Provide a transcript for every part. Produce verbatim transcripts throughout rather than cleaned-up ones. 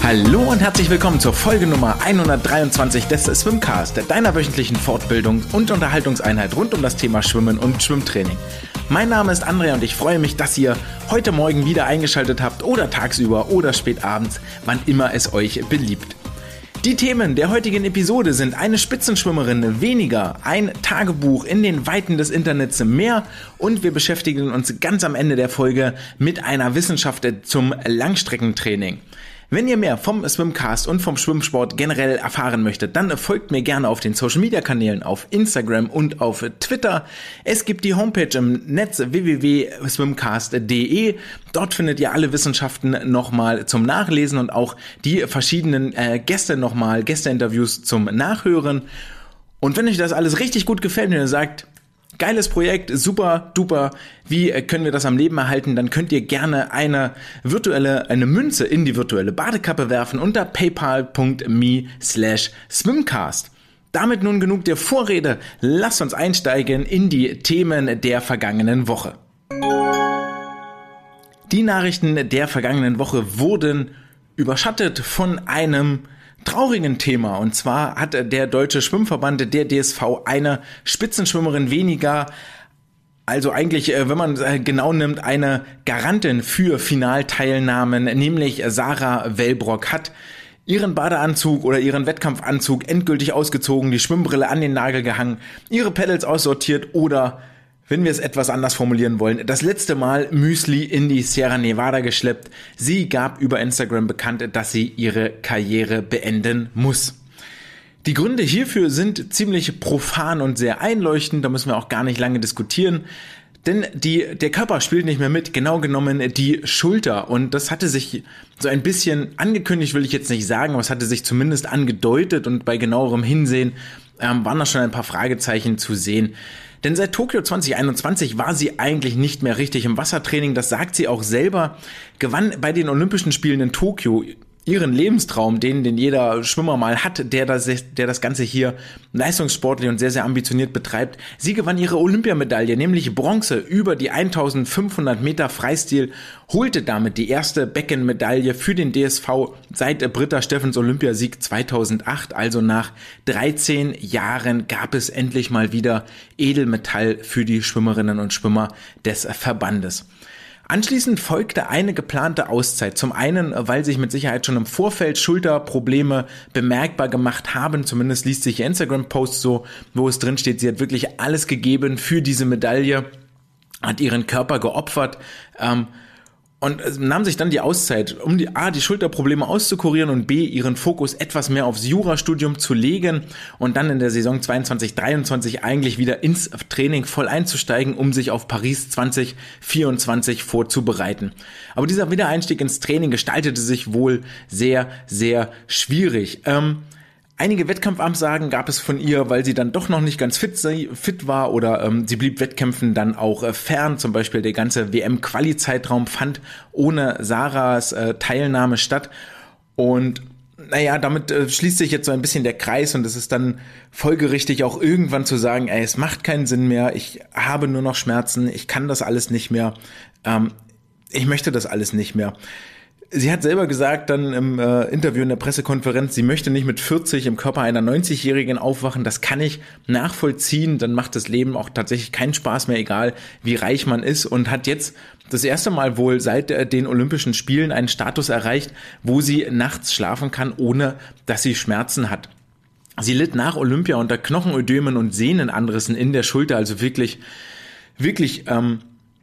Hallo und herzlich willkommen zur Folge Nummer hundertdreiundzwanzig des Swimcast, deiner wöchentlichen Fortbildungs- und Unterhaltungseinheit rund um das Thema Schwimmen und Schwimmtraining. Mein Name ist Andrea und ich freue mich, dass ihr heute Morgen wieder eingeschaltet habt oder tagsüber oder spät abends, wann immer es euch beliebt. Die Themen der heutigen Episode sind eine Spitzenschwimmerin weniger, ein Tagebuch in den Weiten des Internets mehr und wir beschäftigen uns ganz am Ende der Folge mit einer Wissenschaft zum Langstreckentraining. Wenn ihr mehr vom Swimcast und vom Schwimmsport generell erfahren möchtet, dann folgt mir gerne auf den Social-Media-Kanälen auf Instagram und auf Twitter. Es gibt die Homepage im Netz w w w punkt swimcast punkt d e. Dort findet ihr alle Wissenschaften nochmal zum Nachlesen und auch die verschiedenen äh, Gäste nochmal, Gästeinterviews zum Nachhören. Und wenn euch das alles richtig gut gefällt und ihr sagt, geiles Projekt, super, duper, wie können wir das am Leben erhalten? Dann könnt ihr gerne eine virtuelle, eine Münze in die virtuelle Badekappe werfen unter paypal punkt me slash swimcast. Damit nun genug der Vorrede, lasst uns einsteigen in die Themen der vergangenen Woche. Die Nachrichten der vergangenen Woche wurden überschattet von einem traurigen Thema, und zwar hat der Deutsche Schwimmverband, der D S V, eine Spitzenschwimmerin weniger, also eigentlich, wenn man genau nimmt, eine Garantin für Finalteilnahmen, nämlich Sarah Wellbrock, hat ihren Badeanzug oder ihren Wettkampfanzug endgültig ausgezogen, die Schwimmbrille an den Nagel gehangen, ihre Pedals aussortiert oder, wenn wir es etwas anders formulieren wollen, das letzte Mal Müsli in die Sierra Nevada geschleppt. Sie gab über Instagram bekannt, dass sie ihre Karriere beenden muss. Die Gründe hierfür sind ziemlich profan und sehr einleuchtend, da müssen wir auch gar nicht lange diskutieren. Denn die, der Körper spielt nicht mehr mit, genau genommen die Schulter. Und das hatte sich so ein bisschen angekündigt, will ich jetzt nicht sagen, aber es hatte sich zumindest angedeutet und bei genauerem Hinsehen ähm, waren da schon ein paar Fragezeichen zu sehen. Denn seit Tokio zwanzig einundzwanzig war sie eigentlich nicht mehr richtig im Wassertraining, das sagt sie auch selber, gewann bei den Olympischen Spielen in Tokio ihren Lebenstraum, den, den jeder Schwimmer mal hat, der das, der das Ganze hier leistungssportlich und sehr, sehr ambitioniert betreibt. Sie gewann ihre Olympiamedaille, nämlich Bronze über die eintausendfünfhundert Meter Freistil, holte damit die erste Beckenmedaille für den D S V seit Britta Steffens Olympiasieg zweitausendacht. Also nach dreizehn Jahren gab es endlich mal wieder Edelmetall für die Schwimmerinnen und Schwimmer des Verbandes. Anschließend folgte eine geplante Auszeit. Zum einen, weil sich mit Sicherheit schon im Vorfeld Schulterprobleme bemerkbar gemacht haben. Zumindest liest sich ihr Instagram-Post so, wo es drin steht, sie hat wirklich alles gegeben für diese Medaille, hat ihren Körper geopfert, ähm, und nahm sich dann die Auszeit, um die A, die Schulterprobleme auszukurieren und B, ihren Fokus etwas mehr aufs Jurastudium zu legen und dann in der Saison zweiundzwanzig dreiundzwanzig eigentlich wieder ins Training voll einzusteigen, um sich auf Paris zwanzig vierundzwanzig vorzubereiten. Aber dieser Wiedereinstieg ins Training gestaltete sich wohl sehr, sehr schwierig. Ähm, Einige Wettkampfabsagen gab es von ihr, weil sie dann doch noch nicht ganz fit, fit war oder ähm, sie blieb Wettkämpfen dann auch äh, fern. Zum Beispiel der ganze W M-Quali-Zeitraum fand ohne Sarahs äh, Teilnahme statt. Und naja, damit äh, schließt sich jetzt so ein bisschen der Kreis und es ist dann folgerichtig auch irgendwann zu sagen, ey, es macht keinen Sinn mehr, ich habe nur noch Schmerzen, ich kann das alles nicht mehr, ähm, ich möchte das alles nicht mehr. Sie hat selber gesagt dann im äh, Interview in der Pressekonferenz, sie möchte nicht mit vierzig im Körper einer neunzigjährigen aufwachen. Das kann ich nachvollziehen. Dann macht das Leben auch tatsächlich keinen Spaß mehr, egal wie reich man ist. Und hat jetzt das erste Mal wohl seit äh, den Olympischen Spielen einen Status erreicht, wo sie nachts schlafen kann, ohne dass sie Schmerzen hat. Sie litt nach Olympia unter Knochenödemen und Sehnenanrissen in der Schulter. Also wirklich, wirklich, ähm,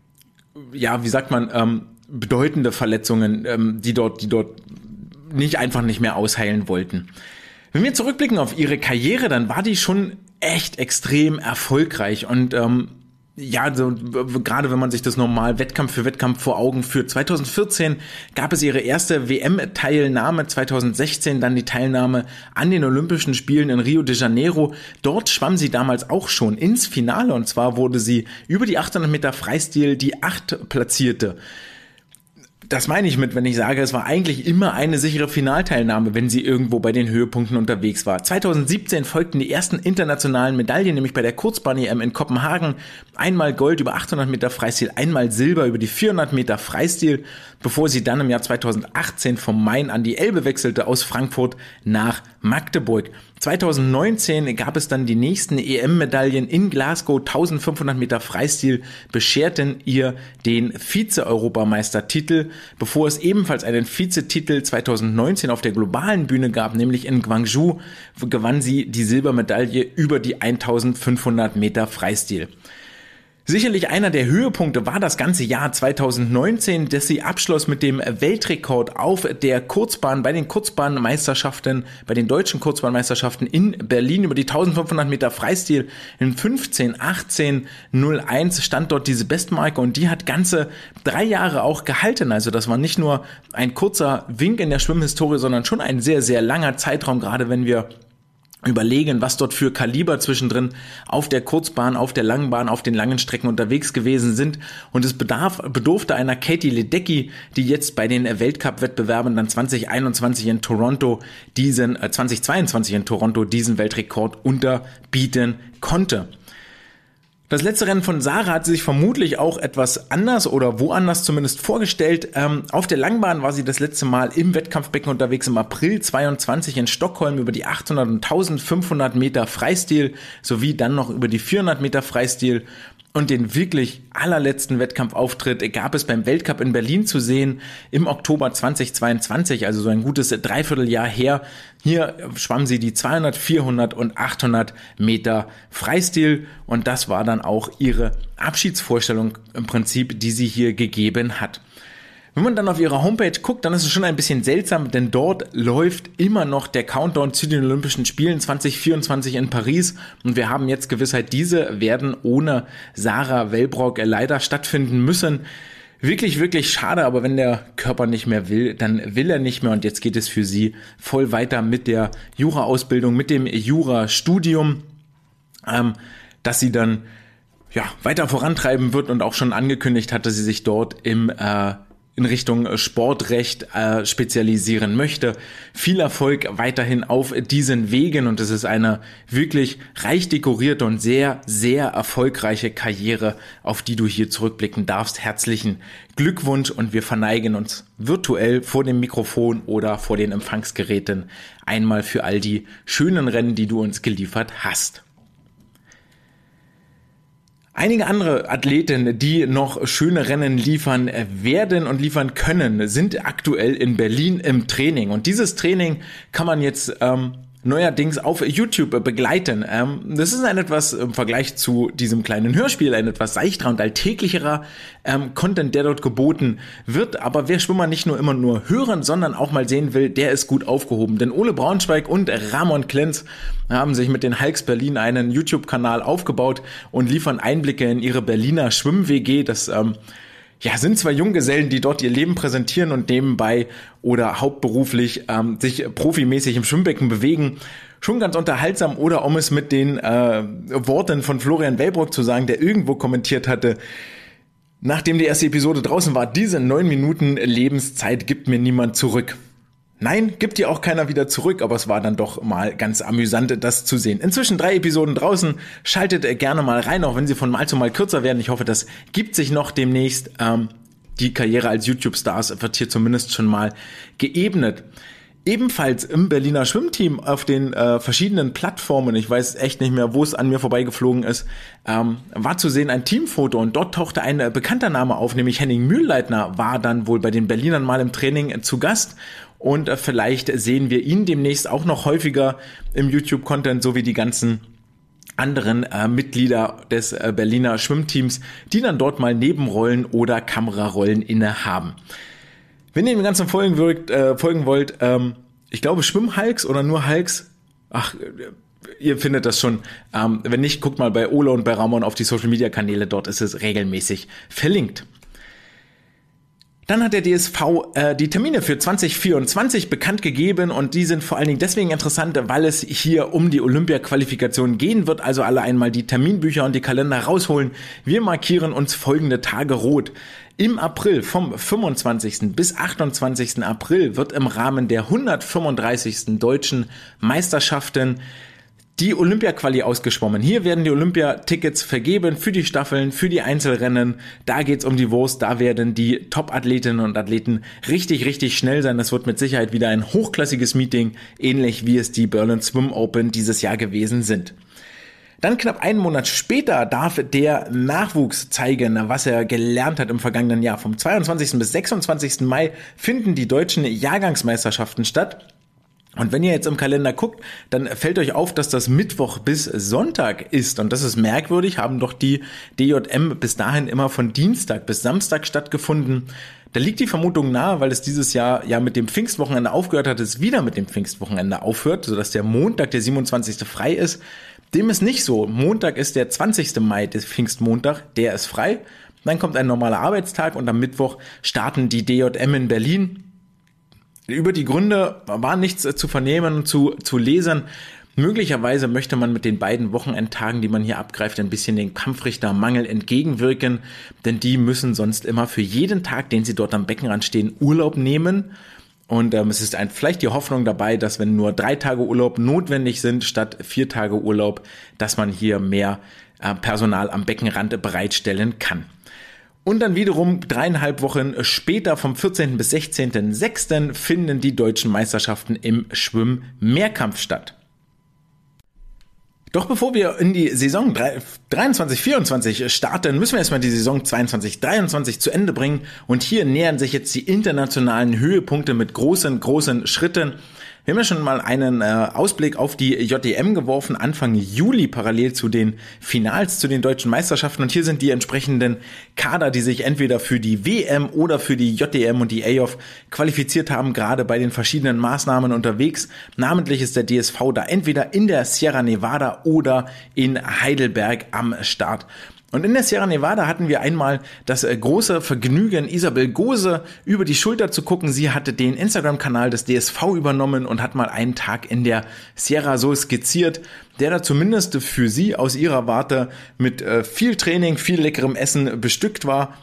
ja, wie sagt man, ähm, bedeutende Verletzungen, ähm, die dort, die dort nicht einfach nicht mehr ausheilen wollten. Wenn wir zurückblicken auf ihre Karriere, dann war die schon echt extrem erfolgreich und ähm, ja, so, gerade wenn man sich das normal Wettkampf für Wettkampf vor Augen führt. zweitausendvierzehn gab es ihre erste W M-Teilnahme, zweitausendsechzehn dann die Teilnahme an den Olympischen Spielen in Rio de Janeiro. Dort schwamm sie damals auch schon ins Finale und zwar wurde sie über die achthundert Meter Freistil die acht Platzierte. das meine ich mit, wenn ich sage, es war eigentlich immer eine sichere Finalteilnahme, wenn sie irgendwo bei den Höhepunkten unterwegs war. zweitausendsiebzehn folgten die ersten internationalen Medaillen, nämlich bei der Kurzbahn-E M in Kopenhagen. Einmal Gold über achthundert Meter Freistil, einmal Silber über die vierhundert Meter Freistil, bevor sie dann im Jahr zweitausendachtzehn vom Main an die Elbe wechselte, aus Frankfurt nach Magdeburg. zweitausendneunzehn gab es dann die nächsten E M-Medaillen in Glasgow. eintausendfünfhundert Meter Freistil bescherten ihr den Vize-Europameistertitel, bevor es ebenfalls einen Vizetitel zweitausendneunzehn auf der globalen Bühne gab, nämlich in Gwangju gewann sie die Silbermedaille über die eintausendfünfhundert Meter Freistil. Sicherlich einer der Höhepunkte war das ganze Jahr zweitausendneunzehn, dass sie abschloss mit dem Weltrekord auf der Kurzbahn bei den Kurzbahnmeisterschaften, bei den deutschen Kurzbahnmeisterschaften in Berlin über die eintausendfünfhundert Meter Freistil. In fünfzehn achtzehn null eins stand dort diese Bestmarke und die hat ganze drei Jahre auch gehalten. Also das war nicht nur ein kurzer Wink in der Schwimmhistorie, sondern schon ein sehr, sehr langer Zeitraum, gerade wenn wir überlegen, was dort für Kaliber zwischendrin auf der Kurzbahn, auf der Langbahn, auf den langen Strecken unterwegs gewesen sind. Und es bedarf, bedurfte einer Katie Ledecky, die jetzt bei den Weltcup-Wettbewerben dann zwanzig einundzwanzig in Toronto diesen, äh, zwanzig zweiundzwanzig in Toronto diesen Weltrekord unterbieten konnte. Das letzte Rennen von Sarah hat sie sich vermutlich auch etwas anders oder woanders zumindest vorgestellt. Ähm, auf der Langbahn war sie das letzte Mal im Wettkampfbecken unterwegs im April zweiundzwanzig in Stockholm über die achthundert und eintausendfünfhundert Meter Freistil sowie dann noch über die vierhundert Meter Freistil. Und den wirklich allerletzten Wettkampfauftritt gab es beim Weltcup in Berlin zu sehen im Oktober zweitausendzweiundzwanzig, also so ein gutes Dreivierteljahr her. Hier schwamm sie die zweihundert, vierhundert und achthundert Meter Freistil und das war dann auch ihre Abschiedsvorstellung im Prinzip, die sie hier gegeben hat. Wenn man dann auf ihre Homepage guckt, dann ist es schon ein bisschen seltsam, denn dort läuft immer noch der Countdown zu den Olympischen Spielen zwanzig vierundzwanzig in Paris und wir haben jetzt Gewissheit, diese werden ohne Sarah Wellbrock leider stattfinden müssen. Wirklich, wirklich schade, aber wenn der Körper nicht mehr will, dann will er nicht mehr und jetzt geht es für sie voll weiter mit der Jura-Ausbildung, mit dem Jura-Studium, ähm, dass sie dann ja weiter vorantreiben wird und auch schon angekündigt hat, dass sie sich dort im äh, in Richtung Sportrecht äh, spezialisieren möchte. Viel Erfolg weiterhin auf diesen Wegen und es ist eine wirklich reich dekorierte und sehr, sehr erfolgreiche Karriere, auf die du hier zurückblicken darfst. Herzlichen Glückwunsch und wir verneigen uns virtuell vor dem Mikrofon oder vor den Empfangsgeräten einmal für all die schönen Rennen, die du uns geliefert hast. Einige andere Athleten, die noch schöne Rennen liefern werden und liefern können, sind aktuell in Berlin im Training. Und dieses Training kann man jetzt ähm, neuerdings auf YouTube begleiten. Ähm, das ist ein etwas im Vergleich zu diesem kleinen Hörspiel, ein etwas seichterer und alltäglicherer ähm, Content, der dort geboten wird. Aber wer Schwimmer nicht nur immer nur hören, sondern auch mal sehen will, der ist gut aufgehoben. Denn Ole Braunschweig und Ramon Klenz haben sich mit den Hulks Berlin einen YouTube-Kanal aufgebaut und liefern Einblicke in ihre Berliner Schwimm-W G. Das ähm, ja, sind zwei Junggesellen, die dort ihr Leben präsentieren und nebenbei oder hauptberuflich ähm, sich profimäßig im Schwimmbecken bewegen. Schon ganz unterhaltsam, oder um es mit den äh, Worten von Florian Wellbrock zu sagen, der irgendwo kommentiert hatte, nachdem die erste Episode draußen war, diese neun Minuten Lebenszeit gibt mir niemand zurück. Nein, gibt dir auch keiner wieder zurück, aber es war dann doch mal ganz amüsant, das zu sehen. Inzwischen drei Episoden draußen, schaltet gerne mal rein, auch wenn sie von Mal zu Mal kürzer werden. Ich hoffe, das gibt sich noch demnächst. Ähm, die Karriere als YouTube-Stars wird hier zumindest schon mal geebnet. Ebenfalls im Berliner Schwimmteam auf den äh, verschiedenen Plattformen, ich weiß echt nicht mehr, wo es an mir vorbeigeflogen ist, ähm, war zu sehen ein Teamfoto und dort tauchte ein äh, bekannter Name auf, nämlich Henning Mühlleitner war dann wohl bei den Berlinern mal im Training äh, zu Gast. Und äh, vielleicht sehen wir ihn demnächst auch noch häufiger im YouTube-Content, so wie die ganzen anderen äh, Mitglieder des äh, Berliner Schwimmteams, die dann dort mal Nebenrollen oder Kamerarollen innehaben. Wenn ihr dem Ganzen folgen, wirkt, äh, folgen wollt, ähm, ich glaube Schwimm-Hulks oder nur Hulks, ach, ihr findet das schon. Ähm, wenn nicht, guckt mal bei Ole und bei Ramon auf die Social-Media-Kanäle, dort ist es regelmäßig verlinkt. Dann hat der D S V äh, die Termine für zwanzig vierundzwanzig bekannt gegeben und die sind vor allen Dingen deswegen interessant, weil es hier um die Olympia-Qualifikation gehen wird. Also alle einmal die Terminbücher und die Kalender rausholen. Wir markieren uns folgende Tage rot. Im April vom fünfundzwanzigsten bis achtundzwanzigsten April wird im Rahmen der hundertfünfunddreißigsten Deutschen Meisterschaften die Olympia-Quali ausgeschwommen. Hier werden die Olympia-Tickets vergeben für die Staffeln, für die Einzelrennen. Da geht's um die Wurst. Da werden die Top-Athletinnen und Athleten richtig, richtig schnell sein. Das wird mit Sicherheit wieder ein hochklassiges Meeting, ähnlich wie es die Berlin Swim Open dieses Jahr gewesen sind. Dann knapp einen Monat später darf der Nachwuchs zeigen, was er gelernt hat im vergangenen Jahr. Vom zweiundzwanzigsten bis sechsundzwanzigsten Mai finden die deutschen Jahrgangsmeisterschaften statt. Und wenn ihr jetzt im Kalender guckt, dann fällt euch auf, dass das Mittwoch bis Sonntag ist. Und das ist merkwürdig, haben doch die D J M bis dahin immer von Dienstag bis Samstag stattgefunden. Da liegt die Vermutung nahe, weil es dieses Jahr ja mit dem Pfingstwochenende aufgehört hat, es wieder mit dem Pfingstwochenende aufhört, sodass der Montag, der siebenundzwanzigste frei ist. Dem ist nicht so. Montag ist der zwanzigste Mai, der Pfingstmontag, der ist frei. Dann kommt ein normaler Arbeitstag und am Mittwoch starten die D J M in Berlin. Über die Gründe war nichts zu vernehmen und zu, zu lesen. Möglicherweise möchte man mit den beiden Wochenendtagen, die man hier abgreift, ein bisschen den Kampfrichtermangel entgegenwirken, denn die müssen sonst immer für jeden Tag, den sie dort am Beckenrand stehen, Urlaub nehmen. Und ähm, es ist ein, vielleicht die Hoffnung dabei, dass wenn nur drei Tage Urlaub notwendig sind, statt vier Tage Urlaub, dass man hier mehr äh, Personal am Beckenrand bereitstellen kann. Und dann wiederum dreieinhalb Wochen später, vom vierzehnten bis sechzehnten sechsten finden die deutschen Meisterschaften im Schwimm-Mehrkampf statt. Doch bevor wir in die Saison dreiundzwanzig vierundzwanzig starten, müssen wir erstmal die Saison zweiundzwanzig dreiundzwanzig zu Ende bringen. Und hier nähern sich jetzt die internationalen Höhepunkte mit großen, großen Schritten. Wir haben ja schon mal einen äh, Ausblick auf die J D M geworfen, Anfang Juli parallel zu den Finals, zu den deutschen Meisterschaften. Und hier sind die entsprechenden Kader, die sich entweder für die W M oder für die J D M und die A O F qualifiziert haben, gerade bei den verschiedenen Maßnahmen unterwegs. Namentlich ist der D S V da entweder in der Sierra Nevada oder in Heidelberg am Start. Und in der Sierra Nevada hatten wir einmal das äh, große Vergnügen, Isabel Gose über die Schulter zu gucken. Sie hatte den Instagram-Kanal des D S V übernommen und hat mal einen Tag in der Sierra so skizziert, der da zumindest für sie aus ihrer Warte mit äh, viel Training, viel leckerem Essen bestückt war.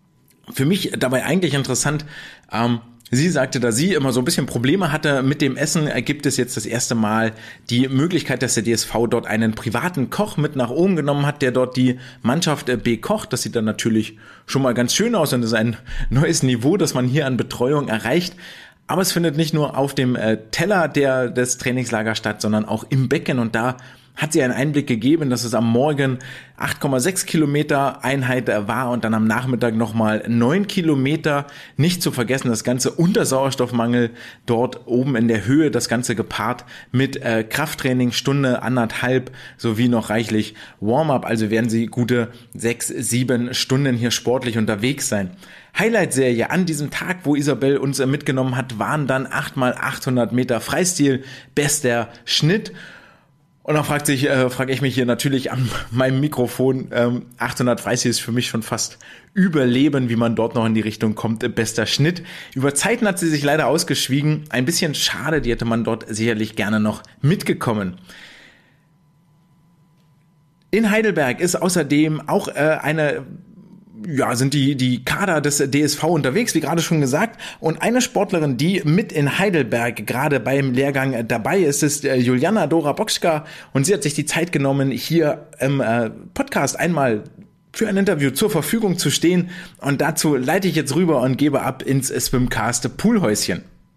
Für mich dabei eigentlich interessant, ähm, sie sagte, da sie immer so ein bisschen Probleme hatte mit dem Essen, gibt es jetzt das erste Mal die Möglichkeit, dass der D S V dort einen privaten Koch mit nach oben genommen hat, der dort die Mannschaft bekocht. Das sieht dann natürlich schon mal ganz schön aus und ist ein neues Niveau, das man hier an Betreuung erreicht. Aber es findet nicht nur auf dem Teller der, des Trainingslagers statt, sondern auch im Becken, und da hat sie einen Einblick gegeben, dass es am Morgen acht Komma sechs Kilometer Einheit war und dann am Nachmittag nochmal neun Kilometer. Nicht zu vergessen, das Ganze unter Sauerstoffmangel dort oben in der Höhe, das Ganze gepaart mit äh, Krafttraining, Stunde, anderthalb, sowie noch reichlich Warm-up. Also werden sie gute sechs, sieben Stunden hier sportlich unterwegs sein. Highlight-Serie an diesem Tag, wo Isabel uns äh, mitgenommen hat, waren dann acht mal achthundert Meter Freistil, bester Schnitt. Und dann fragt sich, äh, frage ich mich hier natürlich an meinem Mikrofon, ähm, achthundert Freistil ist für mich schon fast Überleben, wie man dort noch in die Richtung kommt, äh, bester Schnitt. Über Zeiten hat sie sich leider ausgeschwiegen, ein bisschen schade, die hätte man dort sicherlich gerne noch mitgekommen. In Heidelberg ist außerdem auch äh, eine Ja, sind die die Kader des D S V unterwegs, wie gerade schon gesagt. Und eine Sportlerin, die mit in Heidelberg gerade beim Lehrgang dabei ist, ist äh, Juliana Dora Boczka. Und sie hat sich die Zeit genommen, hier im äh, Podcast einmal für ein Interview zur Verfügung zu stehen. Und dazu leite ich jetzt rüber und gebe ab ins Swimcast Poolhäuschen.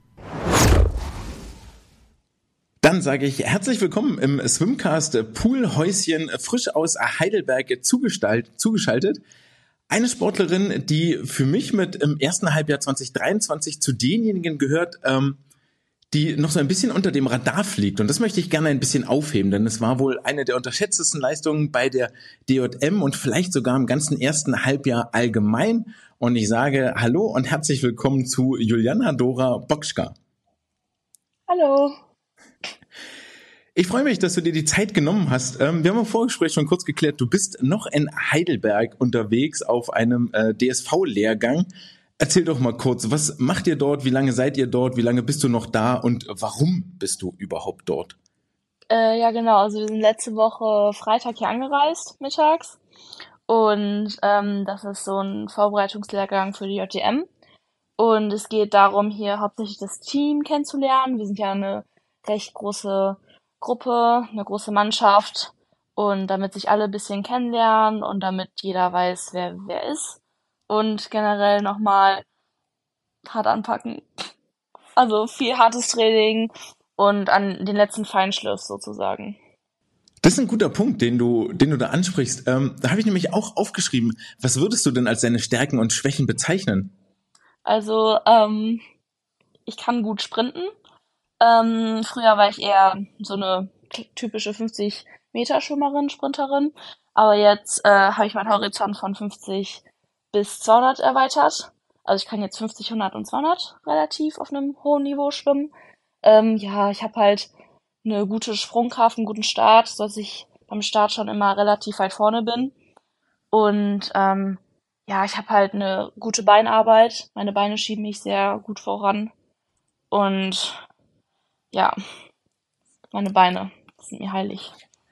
Dann sage ich herzlich willkommen im Swimcast Poolhäuschen, frisch aus Heidelberg zugeschaltet. Eine Sportlerin, die für mich mit im ersten Halbjahr zwanzig dreiundzwanzig zu denjenigen gehört, ähm, die noch so ein bisschen unter dem Radar fliegt. Und das möchte ich gerne ein bisschen aufheben, denn es war wohl eine der unterschätztesten Leistungen bei der D J M und vielleicht sogar im ganzen ersten Halbjahr allgemein. Und ich sage Hallo und herzlich willkommen zu Juliana Dora Boczka. Hallo. Ich freue mich, dass du dir die Zeit genommen hast. Wir haben im Vorgespräch schon kurz geklärt, du bist noch in Heidelberg unterwegs auf einem D S V-Lehrgang. Erzähl doch mal kurz, was macht ihr dort? Wie lange seid ihr dort? Wie lange bist du noch da? Und warum bist du überhaupt dort? Äh, ja, genau. Also wir sind letzte Woche Freitag hier angereist, mittags. Und ähm, das ist so ein Vorbereitungslehrgang für die J D M. Und es geht darum, hier hauptsächlich das Team kennenzulernen. Wir sind ja eine recht große Gruppe, eine große Mannschaft. Und damit sich alle ein bisschen kennenlernen und damit jeder weiß, wer wer ist. Und generell nochmal hart anpacken. Also viel hartes Training und an den letzten Feinschliff sozusagen. Das ist ein guter Punkt, den du, den du da ansprichst. Ähm, da habe ich nämlich auch aufgeschrieben. Was würdest du denn als deine Stärken und Schwächen bezeichnen? Also ähm, ich kann gut sprinten. Ähm, früher war ich eher so eine typische fünfzig-Meter-Schwimmerin, Sprinterin. Aber jetzt äh, habe ich meinen Horizont von fünfzig bis zweihundert erweitert. Also ich kann jetzt fünfzig, hundert und zweihundert relativ auf einem hohen Niveau schwimmen. Ähm, ja, ich habe halt eine gute Sprungkraft, einen guten Start, sodass ich beim Start schon immer relativ weit vorne bin. Und ähm, ja, ich habe halt eine gute Beinarbeit. Meine Beine schieben mich sehr gut voran. Und ja, meine Beine sind mir heilig.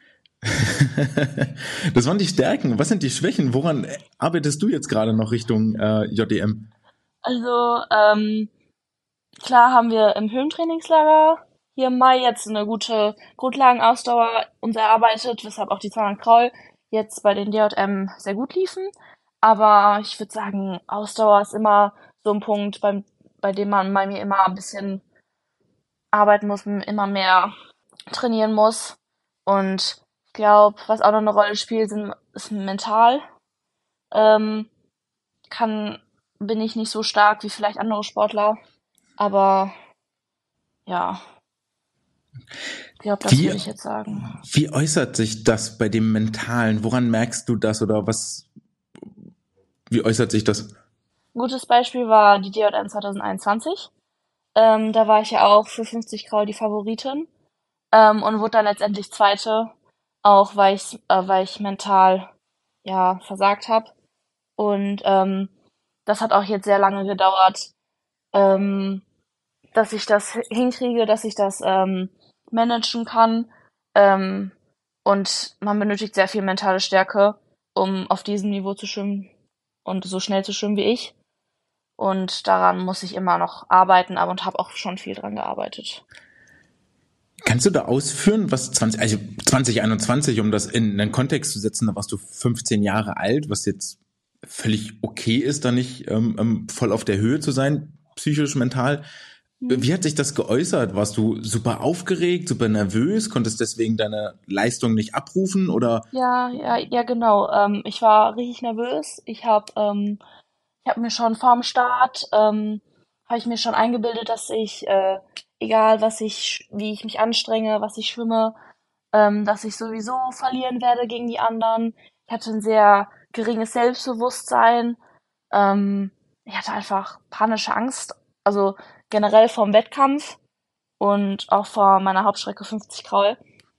Das waren die Stärken. Was sind die Schwächen? Woran arbeitest du jetzt gerade noch Richtung äh, J D M? Also, ähm, klar haben wir im Höhentrainingslager hier im Mai jetzt eine gute Grundlagenausdauer uns erarbeitet, weshalb auch die zweihundert Kraul jetzt bei den D J M sehr gut liefen. Aber ich würde sagen, Ausdauer ist immer so ein Punkt, beim, bei dem man bei mir immer ein bisschen arbeiten muss, immer mehr trainieren muss. Und ich glaube, was auch noch eine Rolle spielt, sind, ist mental. Ähm, kann, bin ich nicht so stark wie vielleicht andere Sportler. Aber ja, ich glaube, das Wie, würde ich jetzt sagen. wie äußert sich das bei dem Mentalen? Woran merkst du das oder was, wie äußert sich das? Ein gutes Beispiel war die D J M zwanzig einundzwanzig. Ähm, da war ich ja auch für fünfzig Kraul die Favoritin ähm, und wurde dann letztendlich Zweite, auch weil ich, äh, weil ich mental ja versagt habe. Und ähm, das hat auch jetzt sehr lange gedauert, ähm, dass ich das hinkriege, dass ich das ähm, managen kann. Ähm, und man benötigt sehr viel mentale Stärke, um auf diesem Niveau zu schwimmen und so schnell zu schwimmen wie ich. Und daran muss ich immer noch arbeiten, aber und habe auch schon viel dran gearbeitet. Kannst du da ausführen, was zwanzig, also zwanzig einundzwanzig, um das in einen Kontext zu setzen, da warst du fünfzehn Jahre alt, was jetzt völlig okay ist, da nicht ähm, voll auf der Höhe zu sein, psychisch, mental. Hm. Wie hat sich das geäußert? Warst du super aufgeregt, super nervös, konntest deswegen deine Leistung nicht abrufen oder? Ja, ja, ja, genau. Ähm, ich war richtig nervös. Ich habe ähm, ich habe mir schon vorm Start ähm, habe ich mir schon eingebildet, dass ich äh, egal was ich, wie ich mich anstrenge, was ich schwimme, ähm, dass ich sowieso verlieren werde gegen die anderen. Ich hatte ein sehr geringes Selbstbewusstsein. Ähm, ich hatte einfach panische Angst, also generell vorm Wettkampf und auch vor meiner Hauptstrecke fünfzig Kraul.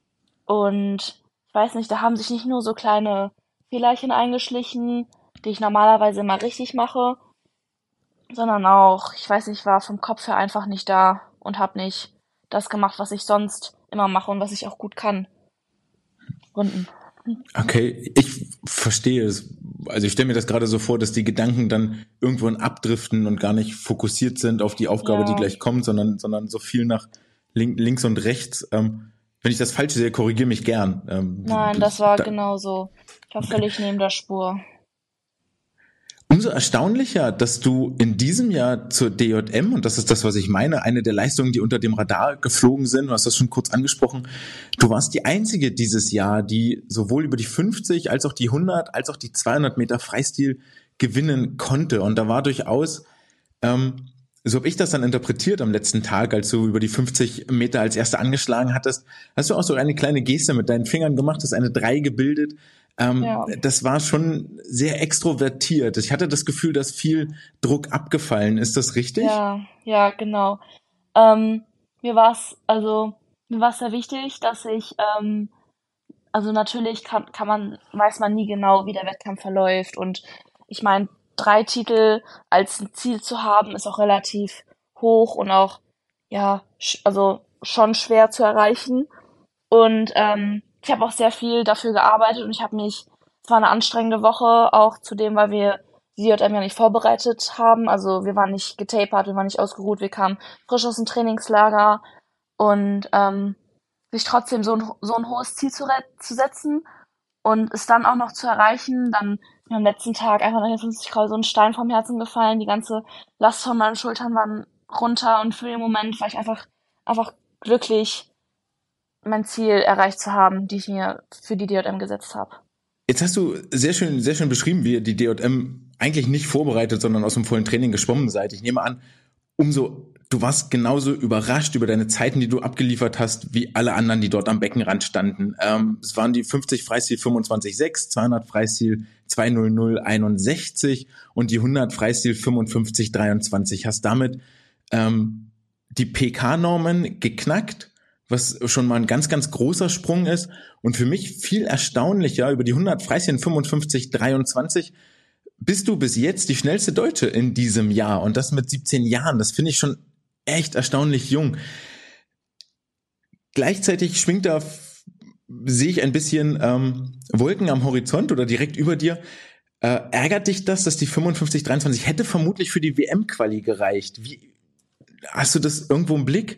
Und ich weiß nicht, da haben sich nicht nur so kleine Fehlerchen eingeschlichen, die ich normalerweise immer richtig mache, sondern auch, ich weiß nicht, war vom Kopf her einfach nicht da und habe nicht das gemacht, was ich sonst immer mache und was ich auch gut kann. Runden. Okay, ich verstehe es. Also ich stelle mir das gerade so vor, dass die Gedanken dann irgendwann abdriften und gar nicht fokussiert sind auf die Aufgabe, die Ja, gleich kommt, sondern, sondern so viel nach link, links und rechts. Ähm, wenn ich das falsch sehe, korrigiere mich gern. Ähm, nein, das das, war da, genauso. Ich war okay. völlig neben der Spur. Umso erstaunlicher, dass du in diesem Jahr zur D J M, und das ist das, was ich meine, eine der Leistungen, die unter dem Radar geflogen sind, du hast das schon kurz angesprochen, du warst die einzige dieses Jahr, die sowohl über die fünfzig als auch die hundert als auch die zweihundert Meter Freistil gewinnen konnte. Und da war durchaus, ähm, so habe ich das dann interpretiert am letzten Tag, als du über die fünfzig Meter als Erste angeschlagen hattest, hast du auch so eine kleine Geste mit deinen Fingern gemacht, hast eine drei gebildet. Ähm, Ja, das war schon sehr extrovertiert. Ich hatte das Gefühl, dass viel Druck abgefallen. Ist das richtig? ja, ja, genau. Ähm, mir war es, also, mir war es sehr wichtig, dass ich, ähm, also natürlich kann, kann man, weiß man nie genau, wie der Wettkampf verläuft. Und ich meine, drei Titel als ein Ziel zu haben, ist auch relativ hoch und auch, ja, sch- also schon schwer zu erreichen. Und ähm, ich habe auch sehr viel dafür gearbeitet und ich habe mich, es war eine anstrengende Woche, auch zudem, weil wir die J M ja nicht vorbereitet haben. Also wir waren nicht getapert, wir waren nicht ausgeruht, wir kamen frisch aus dem Trainingslager und ähm, sich trotzdem so ein, so ein hohes Ziel zu, re- zu setzen und es dann auch noch zu erreichen, dann ist mir am letzten Tag einfach nach den fünfzig Grad so ein Stein vom Herzen gefallen, die ganze Last von meinen Schultern waren runter und für den Moment war ich einfach, einfach glücklich, mein Ziel erreicht zu haben, die ich mir für die D J M gesetzt habe. Jetzt hast du sehr schön, sehr schön beschrieben, wie ihr die D J M eigentlich nicht vorbereitet, sondern aus dem vollen Training geschwommen seid. Ich nehme an, umso, du warst genauso überrascht über deine Zeiten, die du abgeliefert hast, wie alle anderen, die dort am Beckenrand standen. Ähm, es waren die fünfzig Freistil fünfundzwanzig Komma sechs, zweihundert Freistil zwei null null einundsechzig und die hundert Freistil fünfundfünfzig Komma dreiundzwanzig. Hast damit ähm, die P K-Normen geknackt, was schon mal ein ganz, ganz großer Sprung ist. Und für mich viel erstaunlicher, über die hundert Freistil fünfundfünfzig Komma dreiundzwanzig bist du bis jetzt die schnellste Deutsche in diesem Jahr und das mit siebzehn Jahren. Das finde ich schon echt erstaunlich jung. Gleichzeitig schwingt da, sehe ich ein bisschen ähm, Wolken am Horizont oder direkt über dir. Äh, ärgert dich das, dass die fünfundfünfzig Komma dreiundzwanzig hätte vermutlich für die W M-Quali gereicht? Wie, hast du das irgendwo im Blick?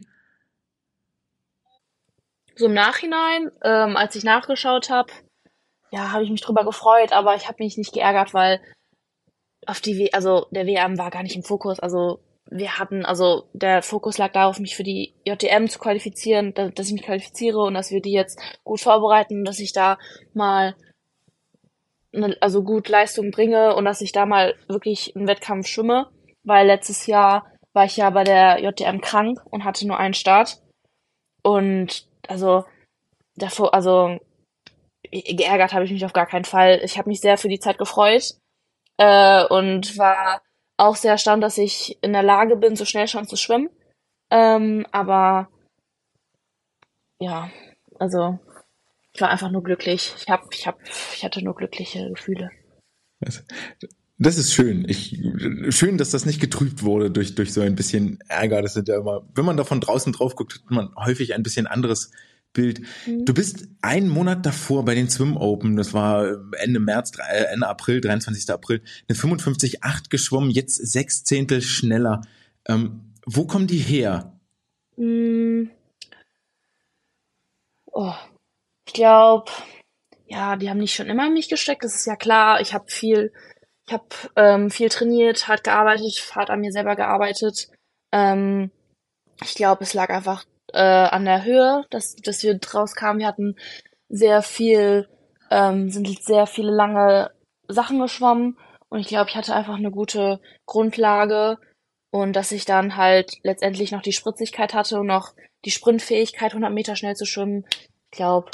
So im Nachhinein, ähm, als ich nachgeschaut habe, ja, habe ich mich drüber gefreut, aber ich habe mich nicht geärgert, weil auf die W, also der W M war gar nicht im Fokus. Also wir hatten, also der Fokus lag darauf, mich für die J D M zu qualifizieren, da- dass ich mich qualifiziere und dass wir die jetzt gut vorbereiten, dass ich da mal ne, also gut Leistung bringe und dass ich da mal wirklich einen Wettkampf schwimme, weil letztes Jahr war ich ja bei der J D M krank und hatte nur einen Start und also davor, also geärgert habe ich mich auf gar keinen Fall. Ich habe mich sehr für die Zeit gefreut äh, und war auch sehr erstaunt, dass ich in der Lage bin, so schnell schon zu schwimmen. Ähm, aber ja, also ich war einfach nur glücklich. Ich hab, ich hab, ich hatte nur glückliche Gefühle. Das ist schön. Ich, schön, dass das nicht getrübt wurde durch, durch so ein bisschen Ärger. Das sind ja immer, wenn man da von draußen drauf guckt, hat man häufig ein bisschen anderes Bild. Mhm. Du bist einen Monat davor bei den Swim Open, das war Ende März, äh, Ende April, dreiundzwanzigsten April, eine fünfundfünfzig Komma acht geschwommen, jetzt sechs Zehntel schneller. Ähm, wo kommen die her? Mm, oh, ich glaube, ja, die haben nicht schon immer in mich gesteckt. Das ist ja klar. Ich habe viel, ich habe ähm, viel trainiert, hart gearbeitet, hart an mir selber gearbeitet. Ähm, Ich glaube, es lag einfach äh, an der Höhe, dass, dass wir draus kamen. Wir hatten sehr viel, ähm, sind sehr viele lange Sachen geschwommen und ich glaube, ich hatte einfach eine gute Grundlage und dass ich dann halt letztendlich noch die Spritzigkeit hatte und noch die Sprintfähigkeit, hundert Meter schnell zu schwimmen. Ich glaube,